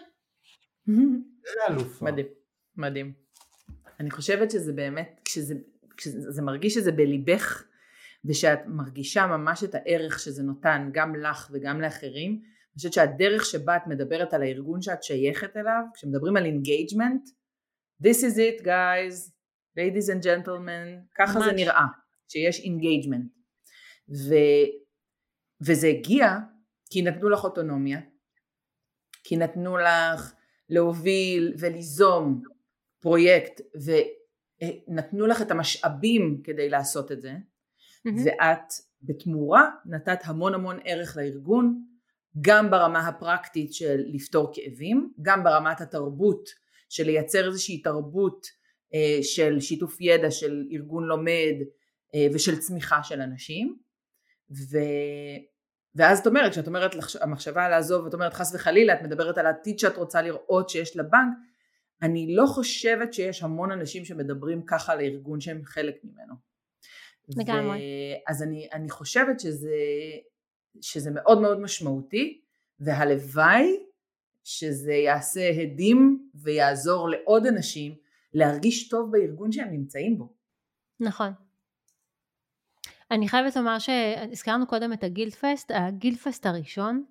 מדהים, מדהים. אני חושבת שזה באמת, כשזה, כשזה מרגיש שזה בליבך, ושאת מרגישה ממש את הערך שזה נותן גם לך וגם לאחרים, אני חושבת שהדרך שבה את מדברת על הארגון שאת שייכת אליו, כשמדברים על engagement, this is it guys, ladies and gentlemen, ככה ממש. זה נראה, שיש engagement, ו, וזה הגיע כי נתנו לך אוטונומיה, כי נתנו לך להוביל וליזום פרויקט, ונתנו לך את המשאבים כדי לעשות את זה, ואת בתמורה נתת המון המון ערך לארגון, גם ברמה הפרקטית של לפתור כאבים, גם ברמת התרבות של לייצר איזושהי תרבות של שיתוף ידע, של ארגון לומד ושל צמיחה של אנשים. ו... ואז את אומרת, כשאת אומרת המחשבה לעזוב, את אומרת חס וחלילה, את מדברת על העתיד שאת רוצה לראות שיש לבנק, אני לא חושבת שיש המון אנשים שמדברים ככה לארגון שהם חלק ממנו. לגמרי. אז אני, אני חושבת שזה, שזה מאוד מאוד משמעותי, והלוואי שזה יעשה הדים ויעזור לעוד אנשים להרגיש טוב בארגון שהם נמצאים בו. נכון. אני חייבת לומר שהזכרנו קודם את הגילדפסט, הגילדפסט הראשון,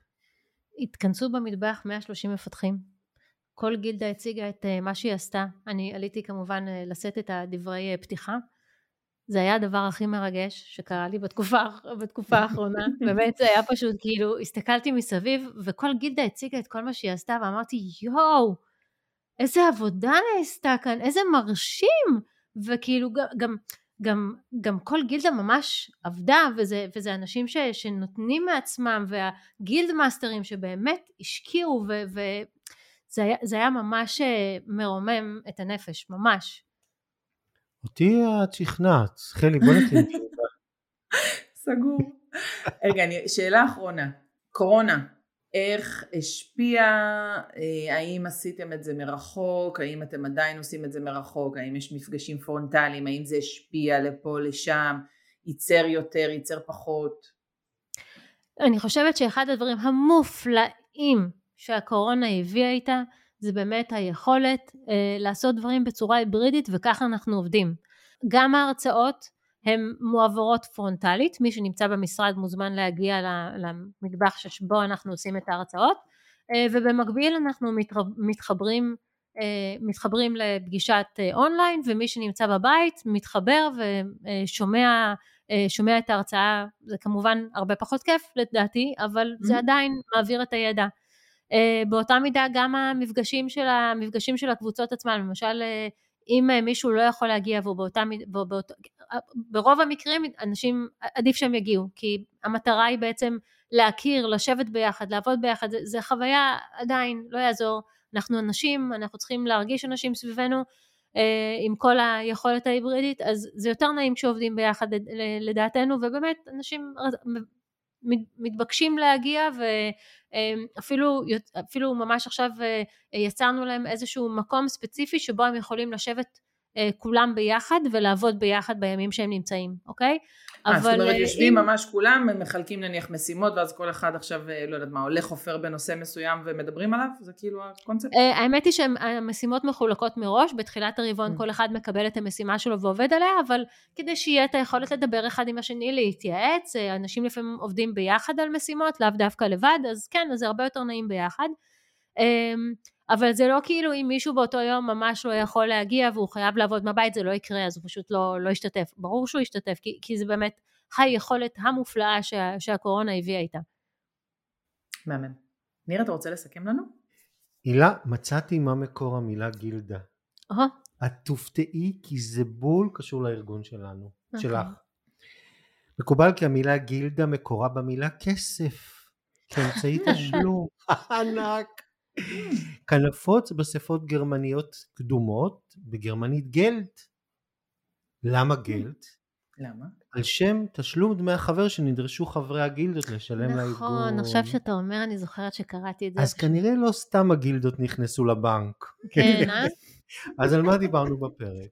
התכנסו במטבח מאה ושלושים מפתחים, כל גילדה הציגה את מה שהיא עשתה, אני עליתי כמובן לשאת את הדברי פתיחה, זה היה הדבר הכי מרגש שקרה לי בתקופה, בתקופה האחרונה, באמת זה היה פשוט כאילו, הסתכלתי מסביב וכל גילדה הציגה את כל מה שהיא עשתה ואמרתי יואו, איזה עבודה נעשתה כאן, איזה מרשים, וכאילו גם, גם, גם כל גילדה ממש עבדה, וזה, וזה אנשים ש, שנותנים מעצמם, והגילד מאסטרים שבאמת השקיעו, וזה היה, זה היה ממש מרומם את הנפש, ממש. אותי את שכנעת, חלי בוא נתן תשובה. סגור. רגע, שאלה אחרונה, קורונה, איך השפיע, האם עשיתם את זה מרחוק, האם אתם עדיין עושים את זה מרחוק, האם יש מפגשים פרונטליים, האם זה השפיע לפה לשם, ייצר יותר, ייצר פחות? אני חושבת שאחד הדברים המופלאים שהקורונה הביאה איתה, זה באמת היכולת אה, לעשות דברים בצורה היברידית, וככה אנחנו עובדים. גם ההרצאות הן מועברות פרונטלית, מי שנמצא במשרד מוזמן להגיע למטבח שבו אנחנו עושים את ההרצאות, אה, ובמקביל אנחנו מתחברים, אה, מתחברים לפגישת אה, אונליין, ומי שנמצא בבית מתחבר ושומע אה, שומע את ההרצאה, זה כמובן הרבה פחות כיף לדעתי, אבל mm-hmm. זה עדיין מעביר את הידע. Uh, באותה מידה גם המפגשים של, המפגשים של הקבוצות עצמם, למשל אם uh, מישהו לא יכול להגיע והוא באותה, בא, באותה, ברוב המקרים אנשים עדיף שהם יגיעו, כי המטרה היא בעצם להכיר, לשבת ביחד, לעבוד ביחד, זה, זה חוויה עדיין לא יעזור, אנחנו אנשים, אנחנו צריכים להרגיש אנשים סביבנו uh, עם כל היכולת ההיברידית, אז זה יותר נעים כשעובדים ביחד לדעתנו, ובאמת אנשים מתבקשים להגיע, ואפילו אפילו ממש עכשיו יצרנו להם איזשהו מקום ספציפי שבו הם יכולים לשבת כולם ביחד ולעבוד ביחד בימים שהם נמצאים, אוקיי? אה, זאת אומרת, יושבים ממש כולם, מחלקים נניח משימות, ואז כל אחד עכשיו, לא יודעת מה, הולך חופר בנושא מסוים ומדברים עליו? זה כאילו הקונספט? האמת היא שהמשימות מחולקות מראש, בתחילת הרבעון כל אחד מקבל את המשימה שלו ועובד עליה, אבל כדי שיהיה את היכולת לדבר אחד עם השני, להתייעץ, אנשים לפעמים עובדים ביחד על משימות, לאו דווקא לבד, אז כן, אז זה הרבה יותר נעים ביחד. אבל זה לא כאילו אם מישהו באותו יום ממש לא יכול להגיע והוא חייב לעבוד מהבית, זה לא יקרה, אז הוא פשוט לא, לא ישתתף. ברור שהוא ישתתף, כי, כי זה באמת היכולת המופלאה שה, שהקורונה הביאה איתה. מאמן. ניר, אתה רוצה לסכם לנו? הילה, מצאתי מה מקור המילה גילדה. Oh. את תופתעי כי זה בול קשור לארגון שלנו, okay. שלך. מקובל כי המילה גילדה מקורה במילה כסף, כאמצעי תשלום, ענק. כנפות בשפות גרמניות קדומות, בגרמנית גלד. למה גלד? למה? על שם תשלום דמי החבר שנדרשו חברי הגילדות לשלם לארגון. נכון, עכשיו שאתה אומר, אני זוכרת שקראתי את זה. אז כנראה לא סתם הגילדות נכנסו לבנק. כן, אה? אז על מה דיברנו בפרק?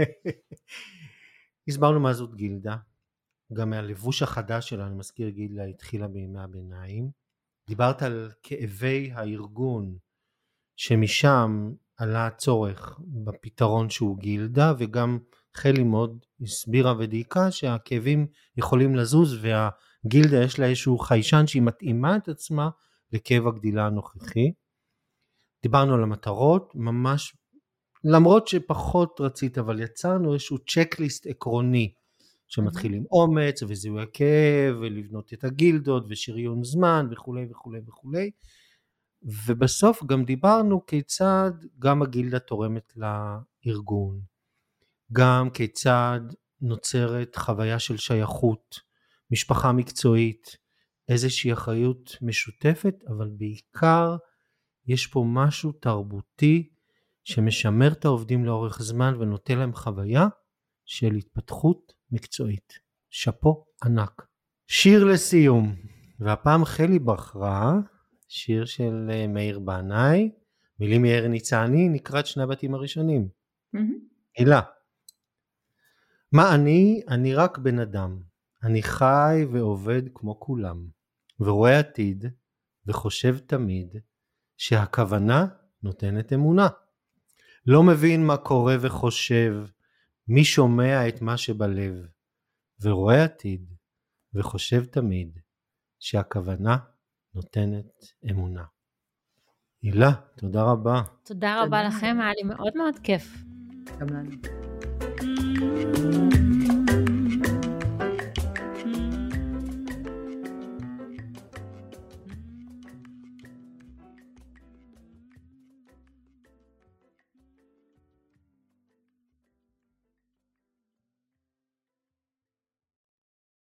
הסברנו מה זאת גילדה. גם מהלבוש החדש שלה, אני מזכיר, גילדה התחילה בימי הביניים. דיברת על כאבי הארגון, שמשם עלה הצורך בפתרון שהוא גילדה, וגם חלי מאוד הסבירה ודייקה שהכאבים יכולים לזוז, והגילדה יש לה איזשהו חיישן שהיא מתאימה את עצמה לכאב הגדילה הנוכחי. דיברנו על המטרות, ממש, למרות שפחות רצית, אבל יצרנו איזשהו צ'קליסט עקרוני, שמתחיל עם אומץ וזיהוי הכאב, ולבנות את הגילדות ושריון זמן וכו' וכו' וכו'. ובסוף גם דיברנו כיצד גם הגילדה תורמת לארגון, גם כיצד נוצרת חוויה של שייכות, משפחה מקצועית, איזושהי אחריות משותפת, אבל בעיקר יש פה משהו תרבותי שמשמר את העובדים לאורך זמן ונותן להם חוויה של התפתחות מקצועית. שפו ענק. שיר לסיום, והפעם חלי בחרה שיר של מאיר בנאי, מילים יאיר ניצני, נקראת שני הבתים הראשונים. הילה. מה אני? אני רק בן אדם. אני חי ועובד כמו כולם, ורואה עתיד וחושב תמיד שהכוונה נותנת אמונה. לא מבין מה קורה וחושב, מי שומע את מה שבלב, ורואה עתיד וחושב תמיד שהכוונה נותנת אמונה. הילה, תודה רבה. תודה רבה לכם, היה לי מאוד מאוד כיף. גם לנו.